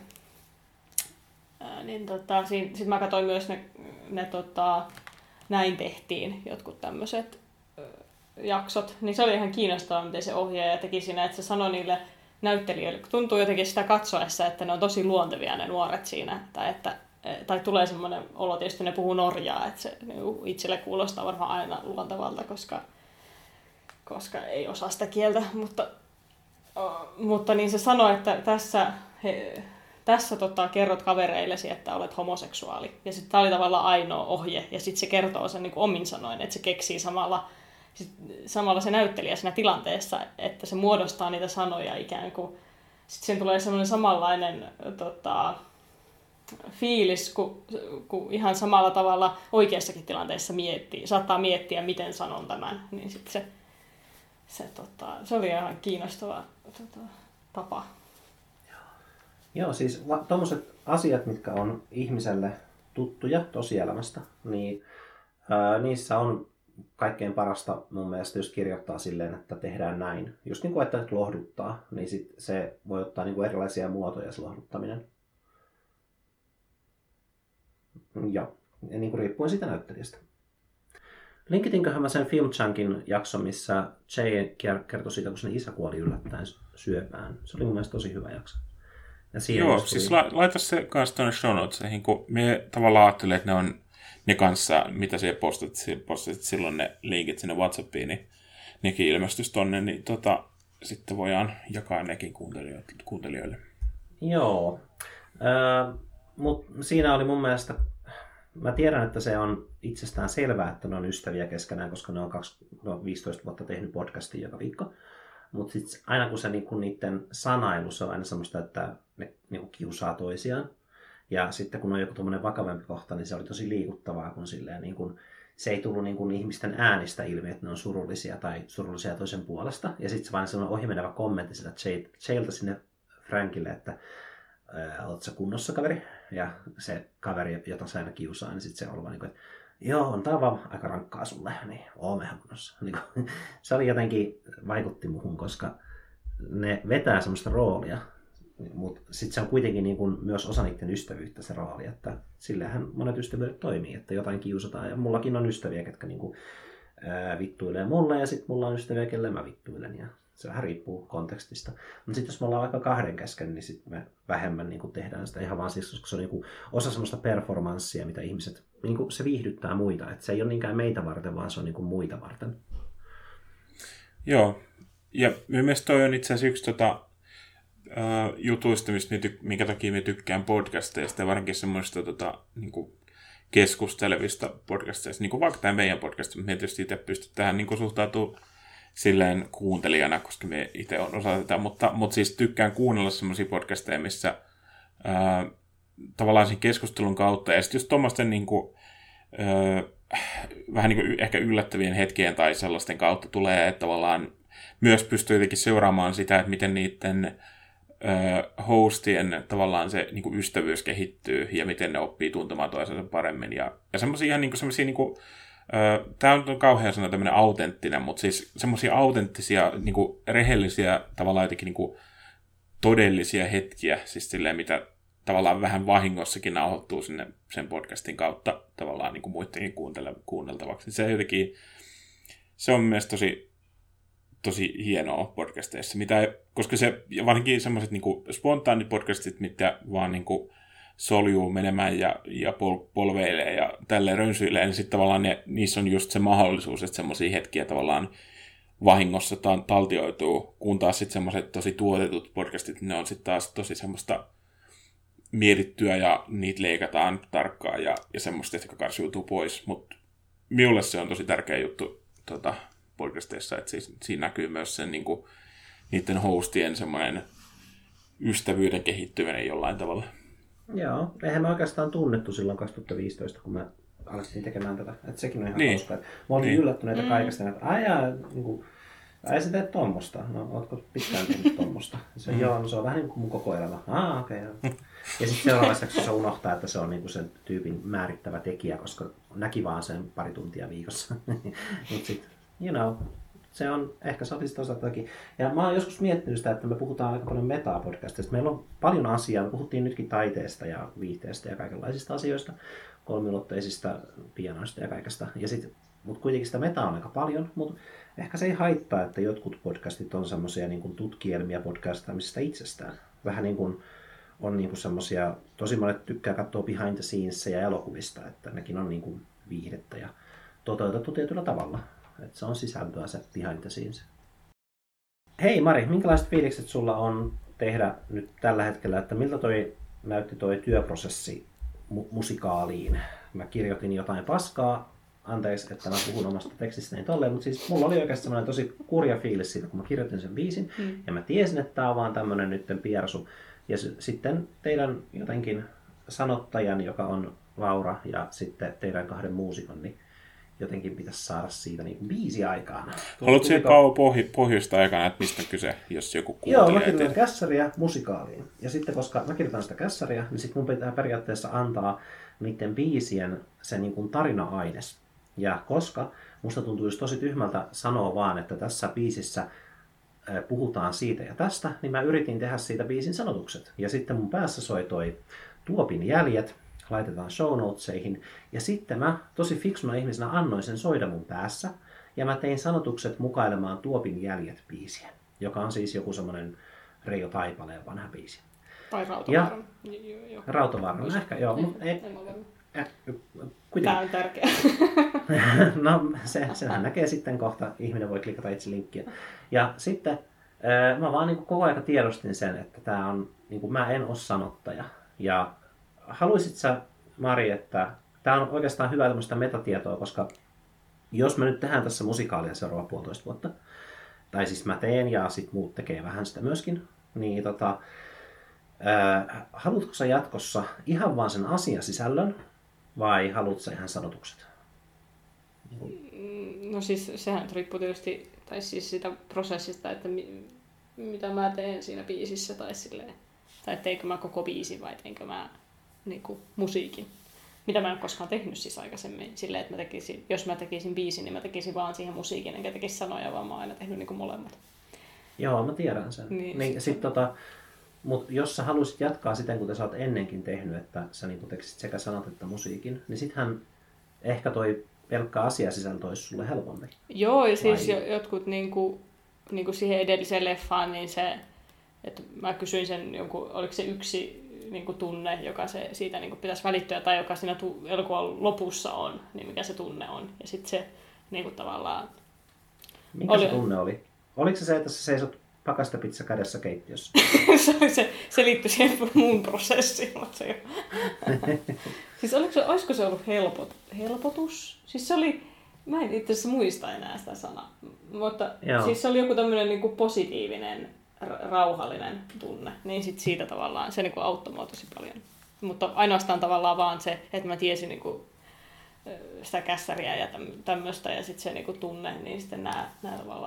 Ää, niin tota, sitten mä katsoin myös ne, ne tota, Näin tehtiin, jotkut tämmöiset jaksot, niin se oli ihan kiinnostavaa, miten se ohjaaja teki siinä, että se sanoi niille näyttelijöille, kun tuntuu jotenkin sitä katsoessa, että ne on tosi luontevia ne nuoret siinä, tai, että, tai tulee semmoinen olo, tietysti ne puhuu norjaa, että se itselle kuulostaa varmaan aina luontevalta, koska, koska ei osaa sitä kieltä, mutta, mutta niin se sanoi, että tässä, he, tässä tota, kerrot kavereillesi, että olet homoseksuaali, ja sitten tämä oli tavallaan ainoa ohje, ja sitten se kertoo sen niin kuin omin sanoin, että se keksii samalla, sit, samalla se näyttelijä siinä tilanteessa, että se muodostaa niitä sanoja ikään kuin. Sitten siihen tulee semmoinen samanlainen tota, fiilis, kun, kun ihan samalla tavalla oikeassakin tilanteessa miettii, saattaa miettiä, miten sanon tämän. Niin sit se, se, tota, se oli ihan kiinnostava tota, tapa. Joo, siis tuommoiset asiat, mitkä on ihmiselle tuttuja tosielämästä, niin ää, niissä on kaikkein parasta mun mielestä, jos kirjoittaa silleen, että tehdään näin. Just niin kuin, että lohduttaa, niin sit se voi ottaa niin kuin erilaisia muotoja se lohduttaminen. Ja, ja niin kuin riippuen siitä näyttelijästä. Linkitinköhän mä sen Film Chunkin jakson, missä Jay kertoi siitä, kun sen isä kuoli yllättäen syöpään. Se oli mun mielestä tosi hyvä jakso. Joo, tuli... siis la- laita se kanssa tuonne show notesihin, kun me tavallaan ajattelin, että ne on ne kanssa, mitä siellä postat, postat silloin ne linkit sinne WhatsAppiin, niin nekin ilmestyisi tonne, niin tota, sitten voidaan jakaa nekin kuuntelijoille. kuuntelijoille. Joo, äh, mutta siinä oli mun mielestä, mä tiedän, että se on itsestään selvää, että ne on ystäviä keskenään, koska ne on, kaksi, ne on viisitoista vuotta tehnyt podcastia joka viikko. Mutta sitten aina kun se niinku niiden sanailu, se on aina semmoista, että ne niinku kiusaa toisiaan. Ja sitten kun on joku tommoinen vakavampi kohta, niin se oli tosi liikuttavaa, kun silleen niin kun, se ei tullut niin kun ihmisten äänistä ilmi, että ne on surullisia tai surullisia toisen puolesta. Ja sitten se vain sellainen ohimenevä kommentti sillä Jaylta sinne Frankille, että oletko sä kunnossa, kaveri? Ja se kaveri, jota se aina kiusaa, niin sitten se on vaan niin kuin, että joo, on tää vaan aika rankkaa sulle, niin oon mehän kunnossa. Niin kuin, se oli jotenkin, vaikutti muhun, koska ne vetää semmoista roolia. Mutta sitten se on kuitenkin niin kun myös osa niiden ystävyyttä se rooli, että sillähän monet ystävyydet toimii, että jotain kiusataan. Ja mullakin on ystäviä, ketkä niin kun, ää, vittuilee mulle ja sitten mulla on ystäviä, kelle mä vittuilen. Ja se vähän riippuu kontekstista. Mutta sitten jos me ollaan vaikka kahden kesken, niin sitten me vähemmän niin kun tehdään sitä ihan vaan siksi, koska se on niin kun osa semmoista performanssia, mitä ihmiset, niin kun se viihdyttää muita. Et se ei ole niinkään meitä varten, vaan se on niin kun muita varten. Joo, ja mielestäni toi on itse asiassa yksi tota... Uh, jutuista, minkä takia me tykkään podcasteista ja varsinkin semmoista tota, niin kuin keskustelevista podcasteista, niin kuin vaikka tämä meidän podcast, mutta me tietysti itse pysty tähän niin kuin suhtautumaan silleen kuuntelijana, koska me itse on osa tätä, mutta, mutta siis tykkään kuunnella semmoisia podcasteja, missä uh, tavallaan sen keskustelun kautta ja sitten just tuommoisten niin kuin, uh, vähän niin kuin ehkä yllättävien hetkien tai sellaisten kautta tulee, että tavallaan myös pystyy jotenkin seuraamaan sitä, että miten niiden ö, hostien tavallaan se niin kuin ystävyys kehittyy ja miten ne oppii tuntemaan toisensa paremmin. Ja, ja semmoisia ihan niin kuin semmoisia, niin kuin, ö, tämä on kauhean sana tämmöinen autenttinen, mutta siis semmoisia autenttisia, niin kuin rehellisiä, tavallaan jotenkin niin kuin todellisia hetkiä, siis silleen, mitä tavallaan vähän vahingossakin nauhoittuu sinne sen podcastin kautta tavallaan niin kuin muidenkin kuunneltavaksi. Se jotenkin, se on mielestäni tosi, tosi hienoa podcasteissa, mitä, koska se, ja varsinkin semmoiset niin kuin spontaanit podcastit, mitkä vaan niin kuin soljuu menemään ja, ja pol, polveilee ja tälleen rönsyilee, niin sitten tavallaan ne, niissä on just se mahdollisuus, että semmoisia hetkiä tavallaan vahingossa ta- taltioituu, kun taas sitten semmoiset tosi tuotetut podcastit, ne on sitten taas tosi semmoista mietittyä ja niitä leikataan tarkkaan ja, ja semmoista, jotka karsiutuu pois. Mutta minulle se on tosi tärkeä juttu tuota, podcasteissa, että siis, siinä näkyy myös sen niinku, niiden hostien semmoinen ystävyyden kehittyminen jollain tavalla. Joo, eihän me oikeastaan tunnettu silloin kaksituhattaviisitoista, kun me alettiin tekemään tätä. Että sekin on ihan niin. hauska. Mä olin niin. yllättyneitä mm. kaikesta, että aijaa, niin kuin, ai sä teet tommosta. No, ootko pitkään tehnyt tommosta? Se, mm. Joo, no se on vähän niin kuin mun koko elämä. Ah, okei. Okay, ja sitten seuraavassa se unohtaa, että se on niin kuin sen tyypin määrittävä tekijä, koska näki vaan sen pari tuntia viikossa. Mutta sitten, you know, se on ehkä satista osatakin. Ja mä oon joskus miettinyt sitä, että me puhutaan aika paljon metaa-podcastista. Meillä on paljon asiaa. Me puhuttiin nytkin taiteesta ja viihteestä ja kaikenlaisista asioista, kolmiulotteisista pianoista ja kaikesta. Ja sit, mutta kuitenkin sitä metaa on aika paljon. Mutta ehkä se ei haittaa, että jotkut podcastit on semmoisia niin kuin tutkielmia podcastaamisesta itsestään. Vähän niin kuin on niin kuin semmoisia, tosi monet tykkää katsoa behind the scenes ja elokuvista, että nekin on niin kuin viihdettä ja toteutettu tietyllä tavalla. Että se on sisältöä se behind the scenes. Hei Mari, minkälaiset fiilikset sulla on tehdä nyt tällä hetkellä, että miltä toi näytti toi työprosessi mu- musikaaliin? Mä kirjoitin jotain paskaa, anteeksi, että mä puhun omasta tekstistäni tolleen, mutta siis mulla oli oikeasti semmoinen tosi kurja fiilis siitä, kun mä kirjoitin sen biisin, mm. ja mä tiesin, että tää on vaan tämmönen nytten piersu. Ja s- sitten teidän jotenkin sanottajan, joka on Laura, ja sitten teidän kahden muusikon, niin jotenkin pitäisi saada siitä niin biisi aikaan. Haluatko siihen Paavo pohj- pohjusta aikana, että mistä on kyse, jos joku kuuntelee? Joo, mä kirjoitan kässäriä musikaaliin. Ja sitten koska mä kirjoitan sitä kässäriä, niin sitten mun pitää periaatteessa antaa niiden biisien se niin kuin tarina-aines. Ja koska musta tuntuisi tosi tyhmältä sanoa vaan, että tässä biisissä puhutaan siitä ja tästä, niin mä yritin tehdä siitä biisin sanotukset. Ja sitten mun päässä soi toi Tuopin jäljet, laitetaan show notesihin. Ja sitten mä tosi fiksuna ihmisenä annoin sen soida mun päässä. Ja mä tein sanotukset mukailemaan Tuopin jäljet biisiä, joka on siis joku semmoinen Reijo Taipaleen vanha biisi. Tai Rautavaaran. Rautavaaran, ehkä joo. En, Mut ei, en ole varma. Äh, Tämä on tärkeä. No, se, senhän näkee sitten kohta. Ihminen voi klikata itse linkkiä. Ja sitten mä vaan niin kuin koko ajan tiedostin sen, että tää on, niin kuin mä en ole sanottaja. Ja haluaisit sä, Mari, että tää on oikeastaan hyvää tämmöistä metatietoa, koska jos me nyt tehdään tässä musikaalia seuraava puolitoista vuotta, tai siis mä teen ja sit muut tekee vähän sitä myöskin, niin tota, ää, haluatko sä jatkossa ihan vaan sen asian sisällön, vai haluatko sä ihan sanotukset? No siis sehän riippuu tietysti, tai siis sitä prosessista, että mi, mitä mä teen siinä biisissä, tai silleen, tai teinkö mä koko biisin vai teinkö mä niin kuin, musiikin. Mitä mä en ole koskaan tehnyt siis aikaisemmin. Silleen, että mä tekisin, jos mä tekisin biisin, niin mä tekisin vaan siihen musiikin, enkä tekisi sanoja, vaan mä oon aina tehnyt niin kuin molemmat. Joo, mä tiedän sen. Niin, niin, sit, tota, mut jos sä haluaisit jatkaa siten, kuten sä oot ennenkin tehnyt, että sä niin tekisit sekä sanat että musiikin, niin sittenhän ehkä toi pelkkä asiasisältö olisi sulle helpompi. Joo, ja siis jo, jotkut niinku, niinku siihen edelliseen leffaan, niin se, että mä kysyin sen jonkun, oliko se yksi niinku tunne, joka se siitä niinku pitäisi välittyä, tai joka siinä tu- elokuvan lopussa on, niin mikä se tunne on. Ja sitten se niinku tavallaan... Mikä oli... se tunne oli? Oliko se se, että sä seisot pakastapizza kädessä keittiössä? se, oli se, se liittyi siihen mun prosessiin. Se siis oliko se, olisiko se ollut helpot, helpotus? Siis se oli, mä en itse asiassa muista enää sitä sanaa, mutta Joo. siis se oli joku tämmöinen niinku positiivinen, rauhallinen tunne. Niin sit siitä tavallaan se niinku auttoi mua tosi paljon. Mutta ainoastaan tavallaan vaan se, että mä tiesin niinku sitä kässäriä ja tämmöistä ja sitten se niinku tunne, niin sitten nämä, nämä tavallaan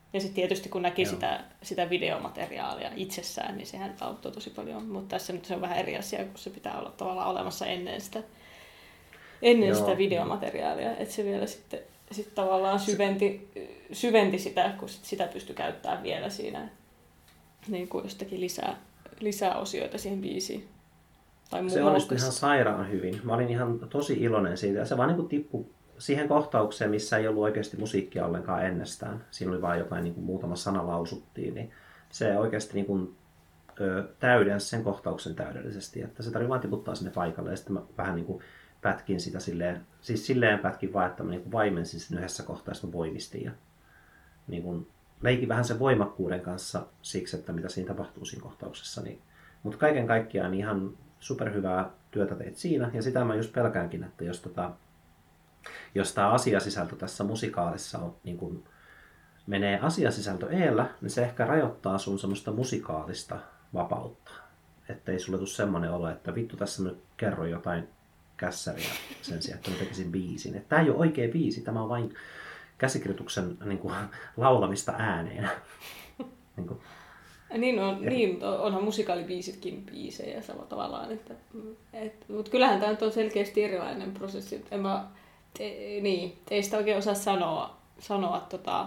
Ja sitten tietysti kun näki sitä, sitä videomateriaalia itsessään, niin sehän auttoi tosi paljon. Mutta tässä nyt se on vähän eri asia, kun se pitää olla tavallaan olemassa ennen sitä, ennen sitä videomateriaalia. Että se vielä sitten sit tavallaan syventi, syventi sitä, kun sit sitä pystyi käyttämään vielä siinä niin kuin jostakin lisää, lisää osioita siihen biisiin. Tai se onnistui ihan sairaan hyvin. Mä olin ihan tosi iloinen siitä. Se vaan niin kuin tippui siihen kohtaukseen, missä ei ollut oikeasti musiikkia ollenkaan ennestään. Siinä oli vain jotain, niin kuin muutama sana lausuttiin. Niin se oikeasti niin kuin, ö, täydensi sen kohtauksen täydellisesti. Että se tarvitsi vain tiputtaa sinne paikalle. Ja sitten mä vähän niin kuin pätkin sitä silleen, siis silleen pätkin vaan, että mä niin kuin vaimensin sen yhdessä kohtaa, ja voimistin. Ja niin kuin leikin vähän sen voimakkuuden kanssa siksi, että mitä siinä tapahtuu siinä kohtauksessa. Niin, mutta kaiken kaikkiaan ihan superhyvää työtä teit siinä. Ja sitä mä just pelkäänkin, että jos tota, jos tämä asiasisältö tässä musikaalissa on, niin kun menee asiasisältö eellä, niin se ehkä rajoittaa sun semmoista musikaalista vapautta. Että ei sulle tule semmoinen olo, että vittu tässä nyt kerron jotain kässäriä sen sijaan, että mä tekisin biisin. Tämä ei ole oikea biisi, tämä on vain käsikirjoituksen niin kuin, laulamista ääneen. niin, kuin. Niin, on, niin, onhan musikaalibiisitkin biisejä samalla tavallaan. Että, et, mutta kyllähän tämä on selkeästi erilainen prosessi. En mä, te, niin, ei sitä oikein osaa sanoa, sanoa tota,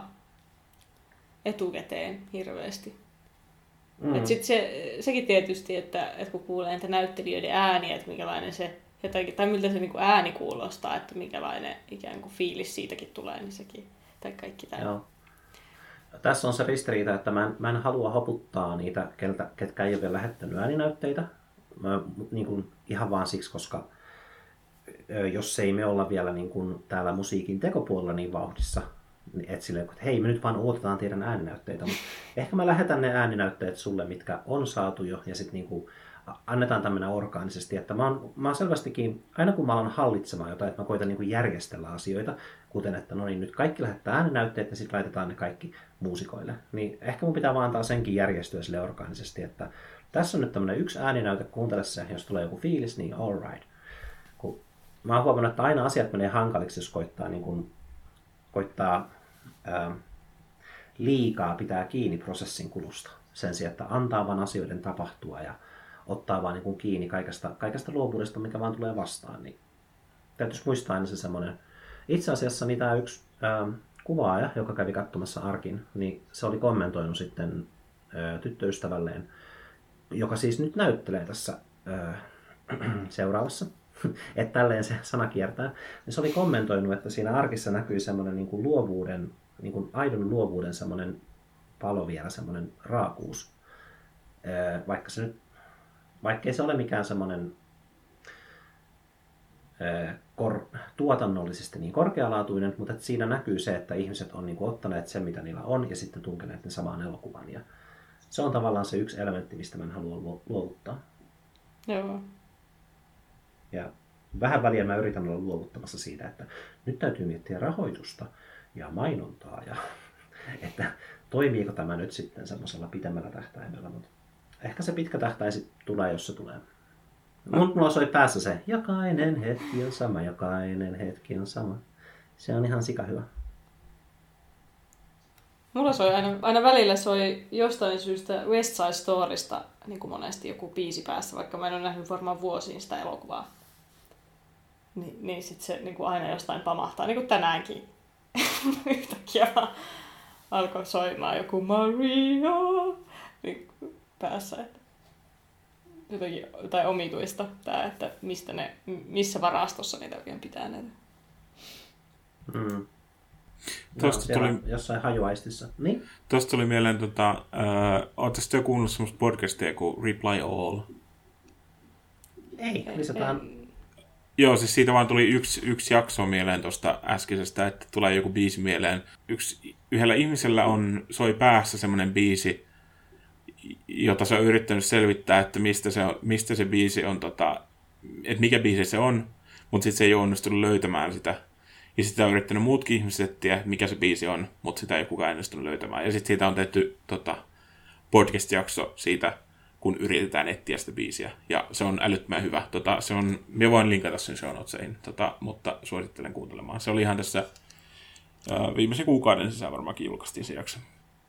etukäteen hirveästi. Mm. Et sit se, sekin tietysti, että, että kun kuulee niitä näyttelijöiden ääniä, että minkälainen se, tai miltä se niin kuin ääni kuulostaa, että minkälainen ikään kuin fiilis siitäkin tulee, niin sekin, tai kaikki tämä. Joo. Tässä on se ristiriita, että mä en, mä en halua hoputtaa niitä, keltä, ketkä ei ole vielä lähettänyt ääninäytteitä. Mä, niin kuin, ihan vaan siksi, koska jos ei me olla vielä niin kuin, täällä musiikin tekopuolella niin vauhdissa, että silleen, että hei, me nyt vaan odotetaan teidän ääninäytteitä. Mutta ehkä mä lähetän ne ääninäytteet sulle, mitkä on saatu jo, ja sitten niin kuin, annetaan tämmöinen orgaanisesti. Että mä oon, mä oon selvästikin, aina kun mä alan hallitsemaan jotain, että mä koitan niin kuin järjestellä asioita, kuten että no niin, nyt kaikki lähettää ääninäytteet ja sitten laitetaan ne kaikki muusikoille. Niin ehkä mun pitää vaan antaa senkin järjestyä sille orgaanisesti, että tässä on nyt tämmöinen yksi ääninäyte, kuuntele se, jos tulee joku fiilis, niin all right. Kun mä oon huomannut, että aina asiat menee hankaliksi, jos koittaa, niin kun, koittaa ää, liikaa pitää kiinni prosessin kulusta. Sen sijaan, että antaa vaan asioiden tapahtua ja ottaa vaan niin kun kiinni kaikesta, kaikesta luovuudesta, mikä vaan tulee vastaan. Niin täytyisi muistaa aina se semmoinen. Itse asiassa niin tämä yksi ää, kuvaaja, joka kävi katsomassa Arkin, niin se oli kommentoinut sitten ää, tyttöystävälleen, joka siis nyt näyttelee tässä ää, seuraavassa, että tälleen se sana kiertää, niin se oli kommentoinut, että siinä Arkissa näkyy semmoinen niin kuin luovuuden, niin kuin aidon luovuuden semmoinen palo vielä, semmoinen raakuus. Ää, vaikka se nyt, vaikkei se ole mikään semmoinen Kor- tuotannollisesti niin korkealaatuinen, mutta että siinä näkyy se, että ihmiset on niin kuin ottaneet sen, mitä niillä on, ja sitten tunkeneet ne samaan elokuvan. Ja se on tavallaan se yksi elementti, mistä mä en halua luovuttaa. Joo. Ja vähän väliä mä yritän olla luovuttamassa siitä, että nyt täytyy miettiä rahoitusta ja mainontaa, ja että toimiiko tämä nyt sitten semmoisella pitemmällä tähtäimellä. Mutta ehkä se pitkä tähtäin sitten tulee, jos se tulee. Mut mulla soi päässä se, jokainen hetki on sama, jokainen hetki on sama. Se on ihan sika hyvä. Mulla soi aina, aina välillä soi jostain syystä West Side Storysta niin kuin monesti joku biisi päässä, vaikka mä en ole nähnyt varmaan vuosiin sitä elokuvaa. Ni, niin sit se niin kuin aina jostain pamahtaa, niin kuin tänäänkin. Yhtäkkiä vaan alkoi soimaan joku Maria niin päässä. Että jotenkin, tai omituista tämä, että mistä ne, missä varastossa niitä oikein pitää näitä. Mm. Tuosta no, tuli, jossain hajuaistissa. Niin? Tuosta tuli mieleen, tota, äh, ootko sitten jo kuunnellut semmoista podcastia kuin Reply All? Ei, lisätään. Joo, siis siitä vaan tuli yksi, yksi jakso mieleen tuosta äskeisestä, että tulee joku biisi mieleen. Yksi, yhdellä ihmisellä on, soi päässä semmoinen biisi, jota se on yrittänyt selvittää, että mistä se, on, mistä se biisi on, tota, että mikä biisi se on, mutta sitten se ei ole onnistunut löytämään sitä. Ja sitten on yrittänyt muutkin ihmiset etsiä, mikä se biisi on, mutta sitä ei kukaan onnistunut löytämään. Ja sitten siitä on tehty tota, podcast-jakso siitä, kun yritetään etsiä sitä biisiä. Ja se on älyttömän hyvä. Tota, se on, me voin linkata sen show notesiin, tota, mutta suosittelen kuuntelemaan. Se oli ihan tässä ää, viimeisen kuukauden sisään varmaankin julkaistiin se jakso.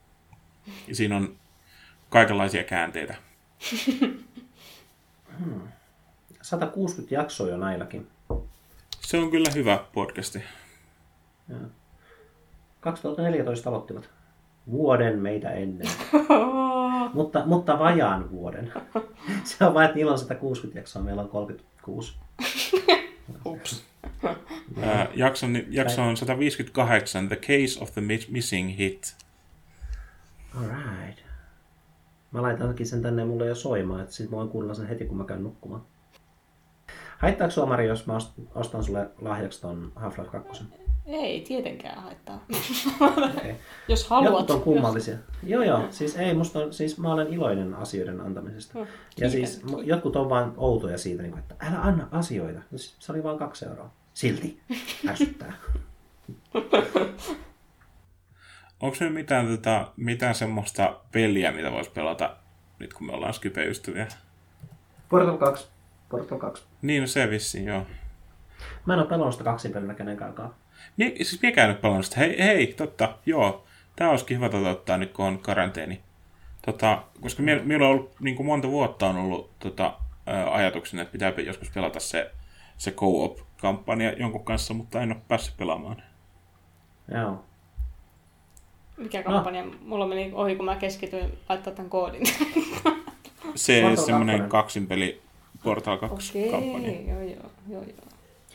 Ja siinä on kaikenlaisia käänteitä. Hmm. sata kuusikymmentä jaksoa jo näilläkin. Se on kyllä hyvä podcasti. Ja. kaksituhattaneljätoista aloittivat. Vuoden meitä ennen. mutta, mutta vajaan vuoden. Se on vain, että niillä on sata kuusikymmentä jaksoa, meillä on kolmekymmentäkuusi. Ups. Ää, jakso, jakso on sata viisikymmentäkahdeksan, The Case of the Missing Hit. Alright. Mä laitankin sen tänne mulle jo soimaan, että sit mä voin kuunnella sen heti, kun mä käyn nukkumaan. Haittaako sua, Mari, jos mä ostan sulle lahjaksi ton Half-Life kaksi? Ei tietenkään haittaa. Okay. Jos haluat. Jotkut on kummallisia. Jos... Joo, joo. Siis ei, musta on, siis mä olen iloinen asioiden antamisesta. No, ja siis jotkut on vaan outoja siitä, että älä anna asioita. Se oli vaan kaksi euroa. Silti. Ärsyttää. Onko nyt mitään, tota, mitään semmoista peliä, mitä voisi pelata nyt, kun me ollaan Skype-ystäviä? Portal kaksi. Portal kaksi. Niin, no se vissiin, joo. Mä en ole pelannut sitä kaksin pelillä kenenkään. Mie, siis miekään nyt pelannut sitä. Hei, hei, totta, joo. Tää olisikin hyvä toteuttaa nyt, kun on karanteeni. Tota, koska mie, meillä on ollut, niin kuin monta vuotta on ollut tota, ää, ajatuksena, että pitää joskus pelata se, se co-op-kampanja jonkun kanssa, mutta en ole päässyt pelaamaan. Joo. Mikä kampanja? No. Mulla meni ohi, kun mä keskityin laittaa tämän koodin. Se semmoinen kaksinpeli Portal kaksi Okei, kampanja. joo, joo, joo, joo.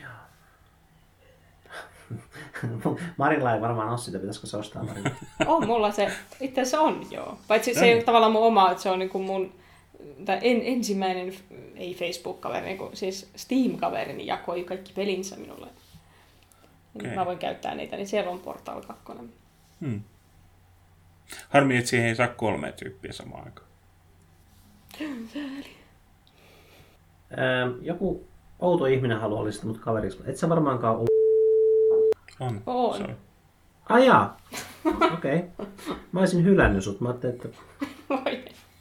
Marilla ei varmaan ole sitä, pitäisikö se ostaa Marilla? On, mulla se, itse asiassa on, joo. Paitsi se ei ole tavallaan mun oma, että se on niin kuin mun tai en, ensimmäinen, ei Facebook-kaveri, niin kuin, siis Steam-kaverini jakoi kaikki pelinsä minulle. Okay. Mä voin käyttää niitä, niin siellä on Portal kaksi. Hmm. Harmi, että siihen ei saa kolme tyyppiä samaan aikaan. Sääli. Öö, joku outo ihminen haluaa olla sitä mut kaveriksi. Et sä varmaankaan ole. On. On. Sorry. Ajaa! Okei. Okay. Mä olisin hylännyt sut. Mä ajattelin, että... Voi.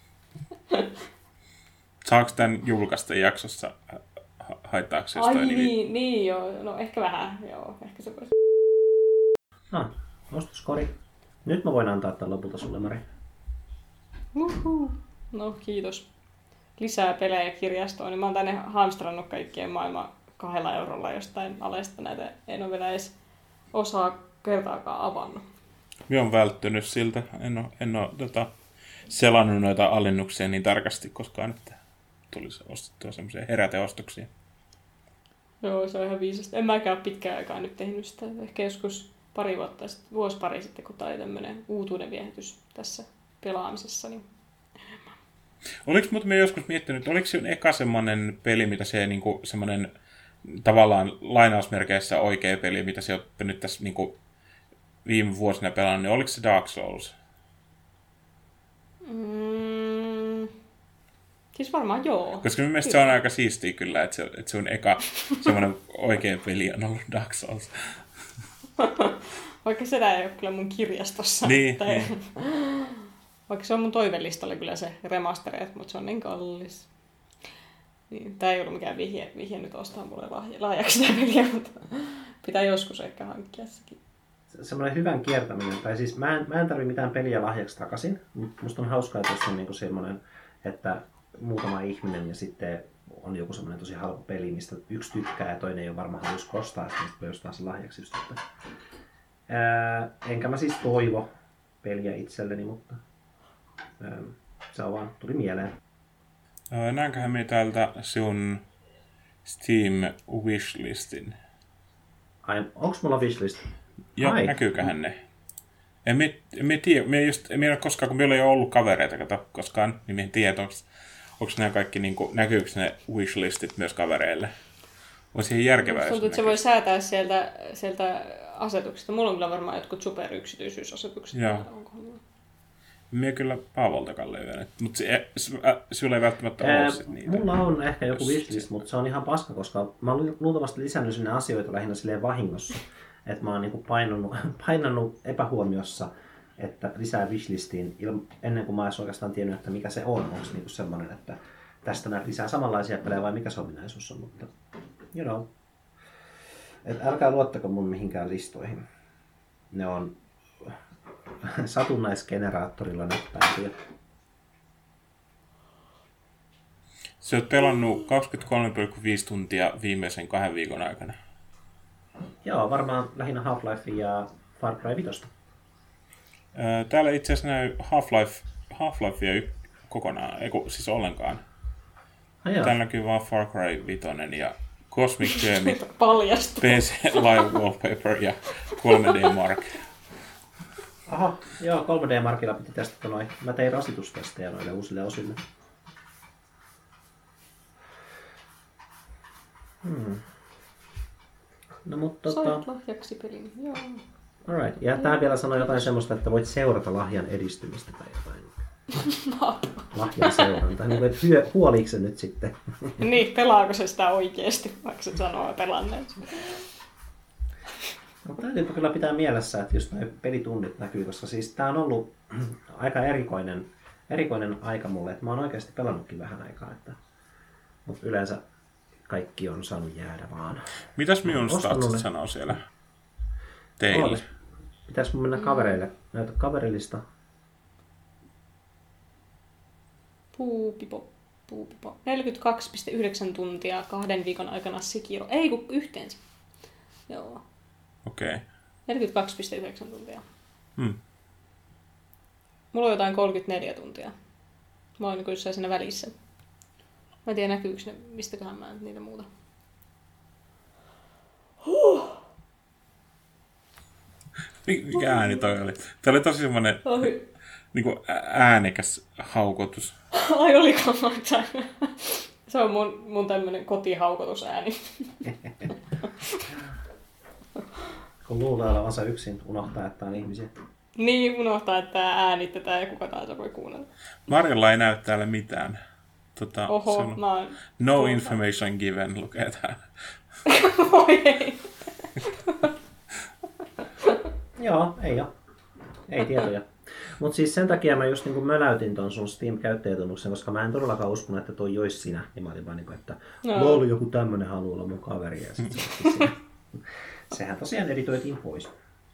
Saako tämän julkaista jaksossa? Ha- haittaako se Ai jostain niin, nimi? niin joo. No ehkä vähän, joo. Ehkä se voisi. Ah, ostoskori. Nyt mä voin antaa tämän lopulta sulle, Mari. Uhuh. No kiitos. Lisää pelejä kirjastoon, niin mä oon tänne hamstrannut kaikkien maailman kahdella eurolla jostain alesta näitä. En ole vielä edes osaa kertaakaan avannut. Minä olen välttynyt siltä. En ole, en ole tota, selannut noita alennuksia niin tarkasti koskaan, että tulisi ostettua semmoisia heräteostoksia. Joo, se on ihan viisasta. En mäkään ole pitkään aikaa nyt tehnyt sitä. Ehkä joskus pari vuotta sitten, vuosi pari sitten, kun tämä oli tämmöinen uutuuden viehätys tässä pelaamisessa. Niin... Oliko mutta me joskus miettinyt, että oliko se eka semmoinen peli, mitä se niinku, semmoinen tavallaan lainausmerkeissä oikea peli, mitä se on nyt tässä niinku, viime vuosina pelannut, niin oliko se Dark Souls? Mm, siis varmaan joo. Koska minun mielestä se on aika siistiä kyllä, että se, että se on eka semmoinen oikea peli on ollut Dark Souls. Vaikka sitä ei ole kyllä mun kirjastossa. Niin, tai... niin. Vaikka se on mun toivelistalle kyllä se remastereet, mutta se on niin kallis. Niin, tää ei ollut mikään vihje, vihje nyt ostaa mulle lahja, lahjaksi sitä peliä, mutta pitää joskus ehkä hankkia sekin. Semmoinen hyvän kiertäminen, tai siis mä en, mä en tarvitse mitään peliä lahjaksi takaisin, mutta musta on hauskaa, että jos on niinku semmoinen, että muutama ihminen ja sitten on joku semmoinen tosi halpa peli, mistä yksi tykkää ja toinen ei ole varmaan halus ostaa, ja sitten voi ostaa sen lahjaksi just, että... Ää, enkä mä siis toivo peliä itselleni, mutta ää, se on vaan, tuli mieleen. Näenköhän me täältä sun Steam wishlistin? Ai, onks mulla wishlist? Joo, Ai. näkyyköhän ne? En me, en me tiedä, me just, en ole koskaan, kun meillä ei ole ollut kavereita, kato koskaan, niin me en tiedä, onko, onko nämä kaikki, niin kuin, näkyykö ne wishlistit myös kavereille? Olisi ihan järkevää, jos tuntuu, että se voi säätää sieltä, sieltä asetuksista. Mulla on kyllä varmaan jotkut superyksityisyysasetukset. Joo. Minä kyllä Paavoltakaan löytänyt, mutta se, sinulla ei välttämättä Ää, ole sit niitä. Mulla on ehkä joku wishlist, mutta se on ihan paska, koska mä oon luultavasti lisännyt sinne asioita lähinnä silleen vahingossa. Että mä oon niinku painanut, painanut epähuomiossa, että lisää wishlistiin ennen kuin mä oon oikeastaan tiennyt, että mikä se on. Onko niinku semmoinen, että tästä näet lisää samanlaisia pelejä vai mikä se ominaisuus on, mutta you know. Et älkää luottako mun mihinkään listoihin. Ne on satunnaisgeneraattorilla näppäintiä. Sä oot pelannut kaksikymmentäkolme pilkku viisi tuntia viimeisen kahden viikon aikana. Joo, varmaan lähinnä Half-Life ja Far Cry viisi. Täällä itse asiassa näy Half-Life, Half-Lifea y- kokonaan, ei kun, siis ollenkaan. Ah, Täällä näkyy vaan Far Cry viisi ja Cosmic Journey, Paljastuu. P C Live Wallpaper ja kolme D Mark. Aha, joo, kolme D Markilla piti testata noin. Mä tein rasitustestejä noille uusille osille. Hmm. No mutta tota... Sait lahjaksi pelin, joo. Alright. Ja tää vielä sanoo jotain semmoista, että voit seurata lahjan edistymistä tai jotain. Lahjan seuranta. Niin kuin, että hyö, huoliiko se nyt sitten? Niin, pelaako se sitä oikeasti, vaikka se sanoo pelanneensa. No, täytyypä kyllä pitää mielessä, että just noi pelitunnit näkyy, koska siis tää on ollut aika erikoinen, erikoinen aika mulle, että mä oon oikeasti pelannutkin vähän aikaa, että... mutta yleensä kaikki on saanut jäädä vaan. Mitäs minun statsit ne... sanoo siellä teille? Ootas. Pitäis mun mennä kavereille. Näytä kaverilista. Puupipo, puupipo. neljäkymmentäkaksi pilkku yhdeksän tuntia kahden viikon aikana Sekiro. Ei kun yhteensä. Joo. Okei. Okay. neljäkymmentäkaksi pilkku yhdeksän tuntia. Hmm. Mulla on jotain kolmekymmentäneljä tuntia. Mä oon niin jossain siinä välissä. Mä en tiedä näkyykö ne, mistäköhän mä niitä muuta. Huh. Mikä ääni toi oli? Tämä oli tosi semmoinen niin kuin äänekäs haukotus. Ai oliko mä Se on mun, mun tämmönen kotihaukotusääni. Kun luulee olevansa yksin, unohtaa, että on ihmisiä. Niin, unohtaa, että tää äänitetään ja kuka tahansa voi kuunnella. Marjalla ei näy täällä mitään. Tota, Oho, on... mä oon... No tuota. Information given, lukee täällä. Oi ei. Joo, ei oo. Ei tietoja. Mut siis sen takia mä just niinku möläytin ton sun Steam-käyttäjätunnuksen, koska mä en todellakaan uskonut, että toi jois sinä. Ja mä olin vaan niinku, että no. Lol, joku tämmönen haluaa olla mun kaveri. Ja sit se sehän tosiaan editoitiin pois.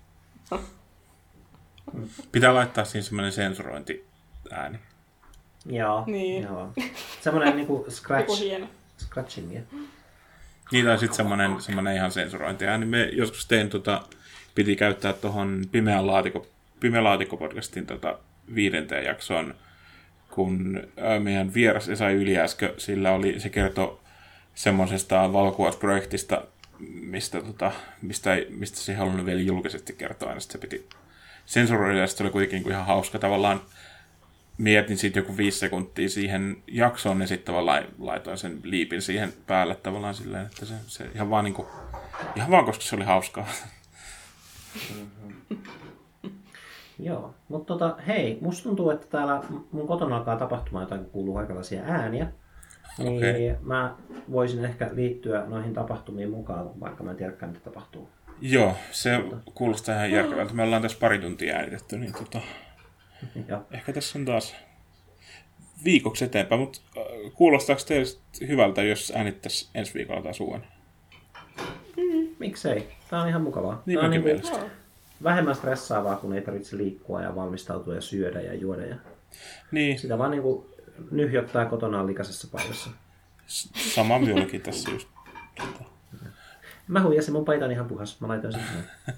Pitää laittaa siinä semmoinen sensurointi-ääni. Joo, niin. joo. Semmoinen niinku scratch, scratching. Niin, tai sitten semmoinen, semmoinen ihan sensurointi-ääni. Me joskus tein, tota, piti käyttää tuohon Pimeän laatikko, Pimeä laatikko-podcastin tota, viidenteen jaksoon, kun meidän vieras Esa Yliäskö, sillä oli, se kertoi semmoisesta valokuvausprojektista, mistä, tota, mistä, mistä se ei halunnut vielä julkisesti kertoa, aina se piti sensuroida, ja se oli kuitenkin niin kuin ihan hauska. Tavallaan mietin sitten joku viisi sekuntia siihen jaksoon, ja sitten tavallaan laitoin sen liipin siihen päälle tavallaan silleen, että se, se ihan vaan niin kuin, ihan vaan koska se oli hauskaa. Mm-hmm. Joo, mutta tota, hei, musta tuntuu, että täällä mun kotona alkaa tapahtumaan jotain, kun kuuluu kaikenlaisia ääniä. Niin okay. Mä voisin ehkä liittyä noihin tapahtumiin mukaan, vaikka mä en tiedäkään, mitä tapahtuu. Joo, se kuulostaa ihan järkevältä. Me ollaan tässä pari tuntia äänitetty, niin tota, ehkä tässä on taas viikoksi eteenpäin, mutta kuulostaako teistä hyvältä, jos äänittäisiin ensi viikolla taas uuden? Mm, miksei? Tää on ihan mukavaa. Niin on niin vähemmän stressaavaa, kun ei tarvitse liikkua ja valmistautua ja syödä ja juoda. Ja niin. Sitä vaan niin kuin nyhjöttää kotonaan likaisessa paidassa. Sama minullakin tässä just. Tota. Mä huijasin, mun paita on ihan puhas. Mä laitoin sen näin.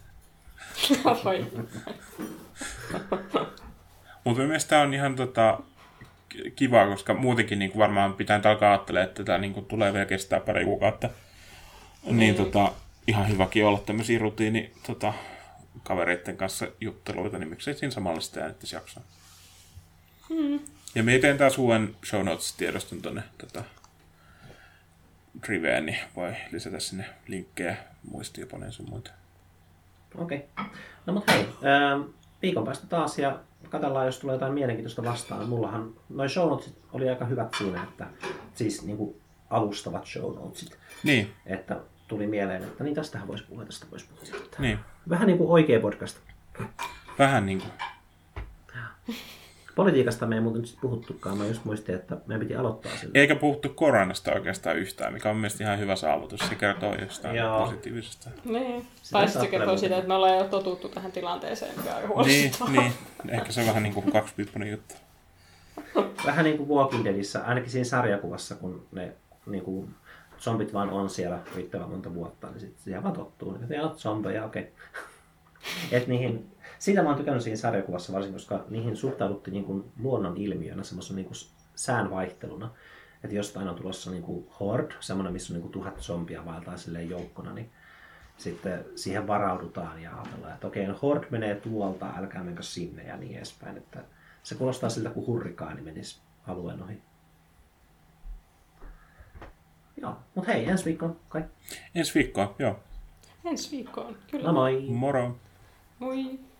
Mutta mielestäni tämä on ihan tota, kivaa, koska muutenkin niin varmaan pitää alkaa ajattelemaan, että tämä niin tulee vielä kestää pari kuukautta. Mm. Niin tota, ihan hyväkin olla tämmöisiä rutiini tota, kavereiden kanssa jutteluita, niin miksei siinä samalla sitä äänittäisi jaksaa. Mm. Ja me teen taas uuden show notes-tiedoston tuonne tota, Driveen, niin voi lisätä sinne linkkejä, muistiinpanoja sun muita. Okei. Okay. No mut hei, ää, viikon päästä taas ja katsellaan, jos tulee jotain mielenkiintoista vastaan. Mullahan noi show notesit oli aika hyvät siinä, että siis niinku alustavat show notesit. Niin. Että tuli mieleen, että niin tästähän voisi puhua, tästä voisi puhua. Niin. Vähän niin kuin oikea podcast. Vähän niin kuin. Politiikasta me ei muuten nyt puhuttukaan. Mä just muistin, että meidän piti aloittaa sillä. Eikä puhuttu koronasta oikeastaan yhtään, mikä on mielestäni ihan hyvä saavutus. Se kertoo jostain Joo. positiivisesta. Niin. Sitä Tai sitten se saa kertoo kyllä siitä, että me ollaan jo totuttu tähän tilanteeseen, mikä on aika Niin, huolestuttavaa. niin. Ehkä se on vähän niin kuin kaksipiippunen juttu. Vähän niin kuin Walking Deadissä, ainakin siinä sarjakuvassa, kun ne niin kuin zombit vaan on siellä riittävän monta vuotta, niin sitten siihen vaan tottuu. Niin, että zombeja, okei. Okay. Et niihin, siitä mä oon tykännyt siinä sarjakuvassa varsinkin, koska niihin suhtauduttiin niin kuin luonnon ilmiönä, semmoisen niin kuin säänvaihteluna. Että jostain on tulossa niin kuin horde, semmoinen, missä on niin kuin tuhat zombia vaeltaa silleen joukkona, niin sitten siihen varaudutaan ja ajatellaan, että okei, no horde menee tuolta, älkää menkö sinne ja niin edespäin. Että se kuulostaa siltä, kun hurrikaani menisi alueen ohi. Joo, mutta hei, ensi viikkoon kai. Ensi viikkoa, joo. Ensi viikkoon, kyllä. No moi! Moro! Moi!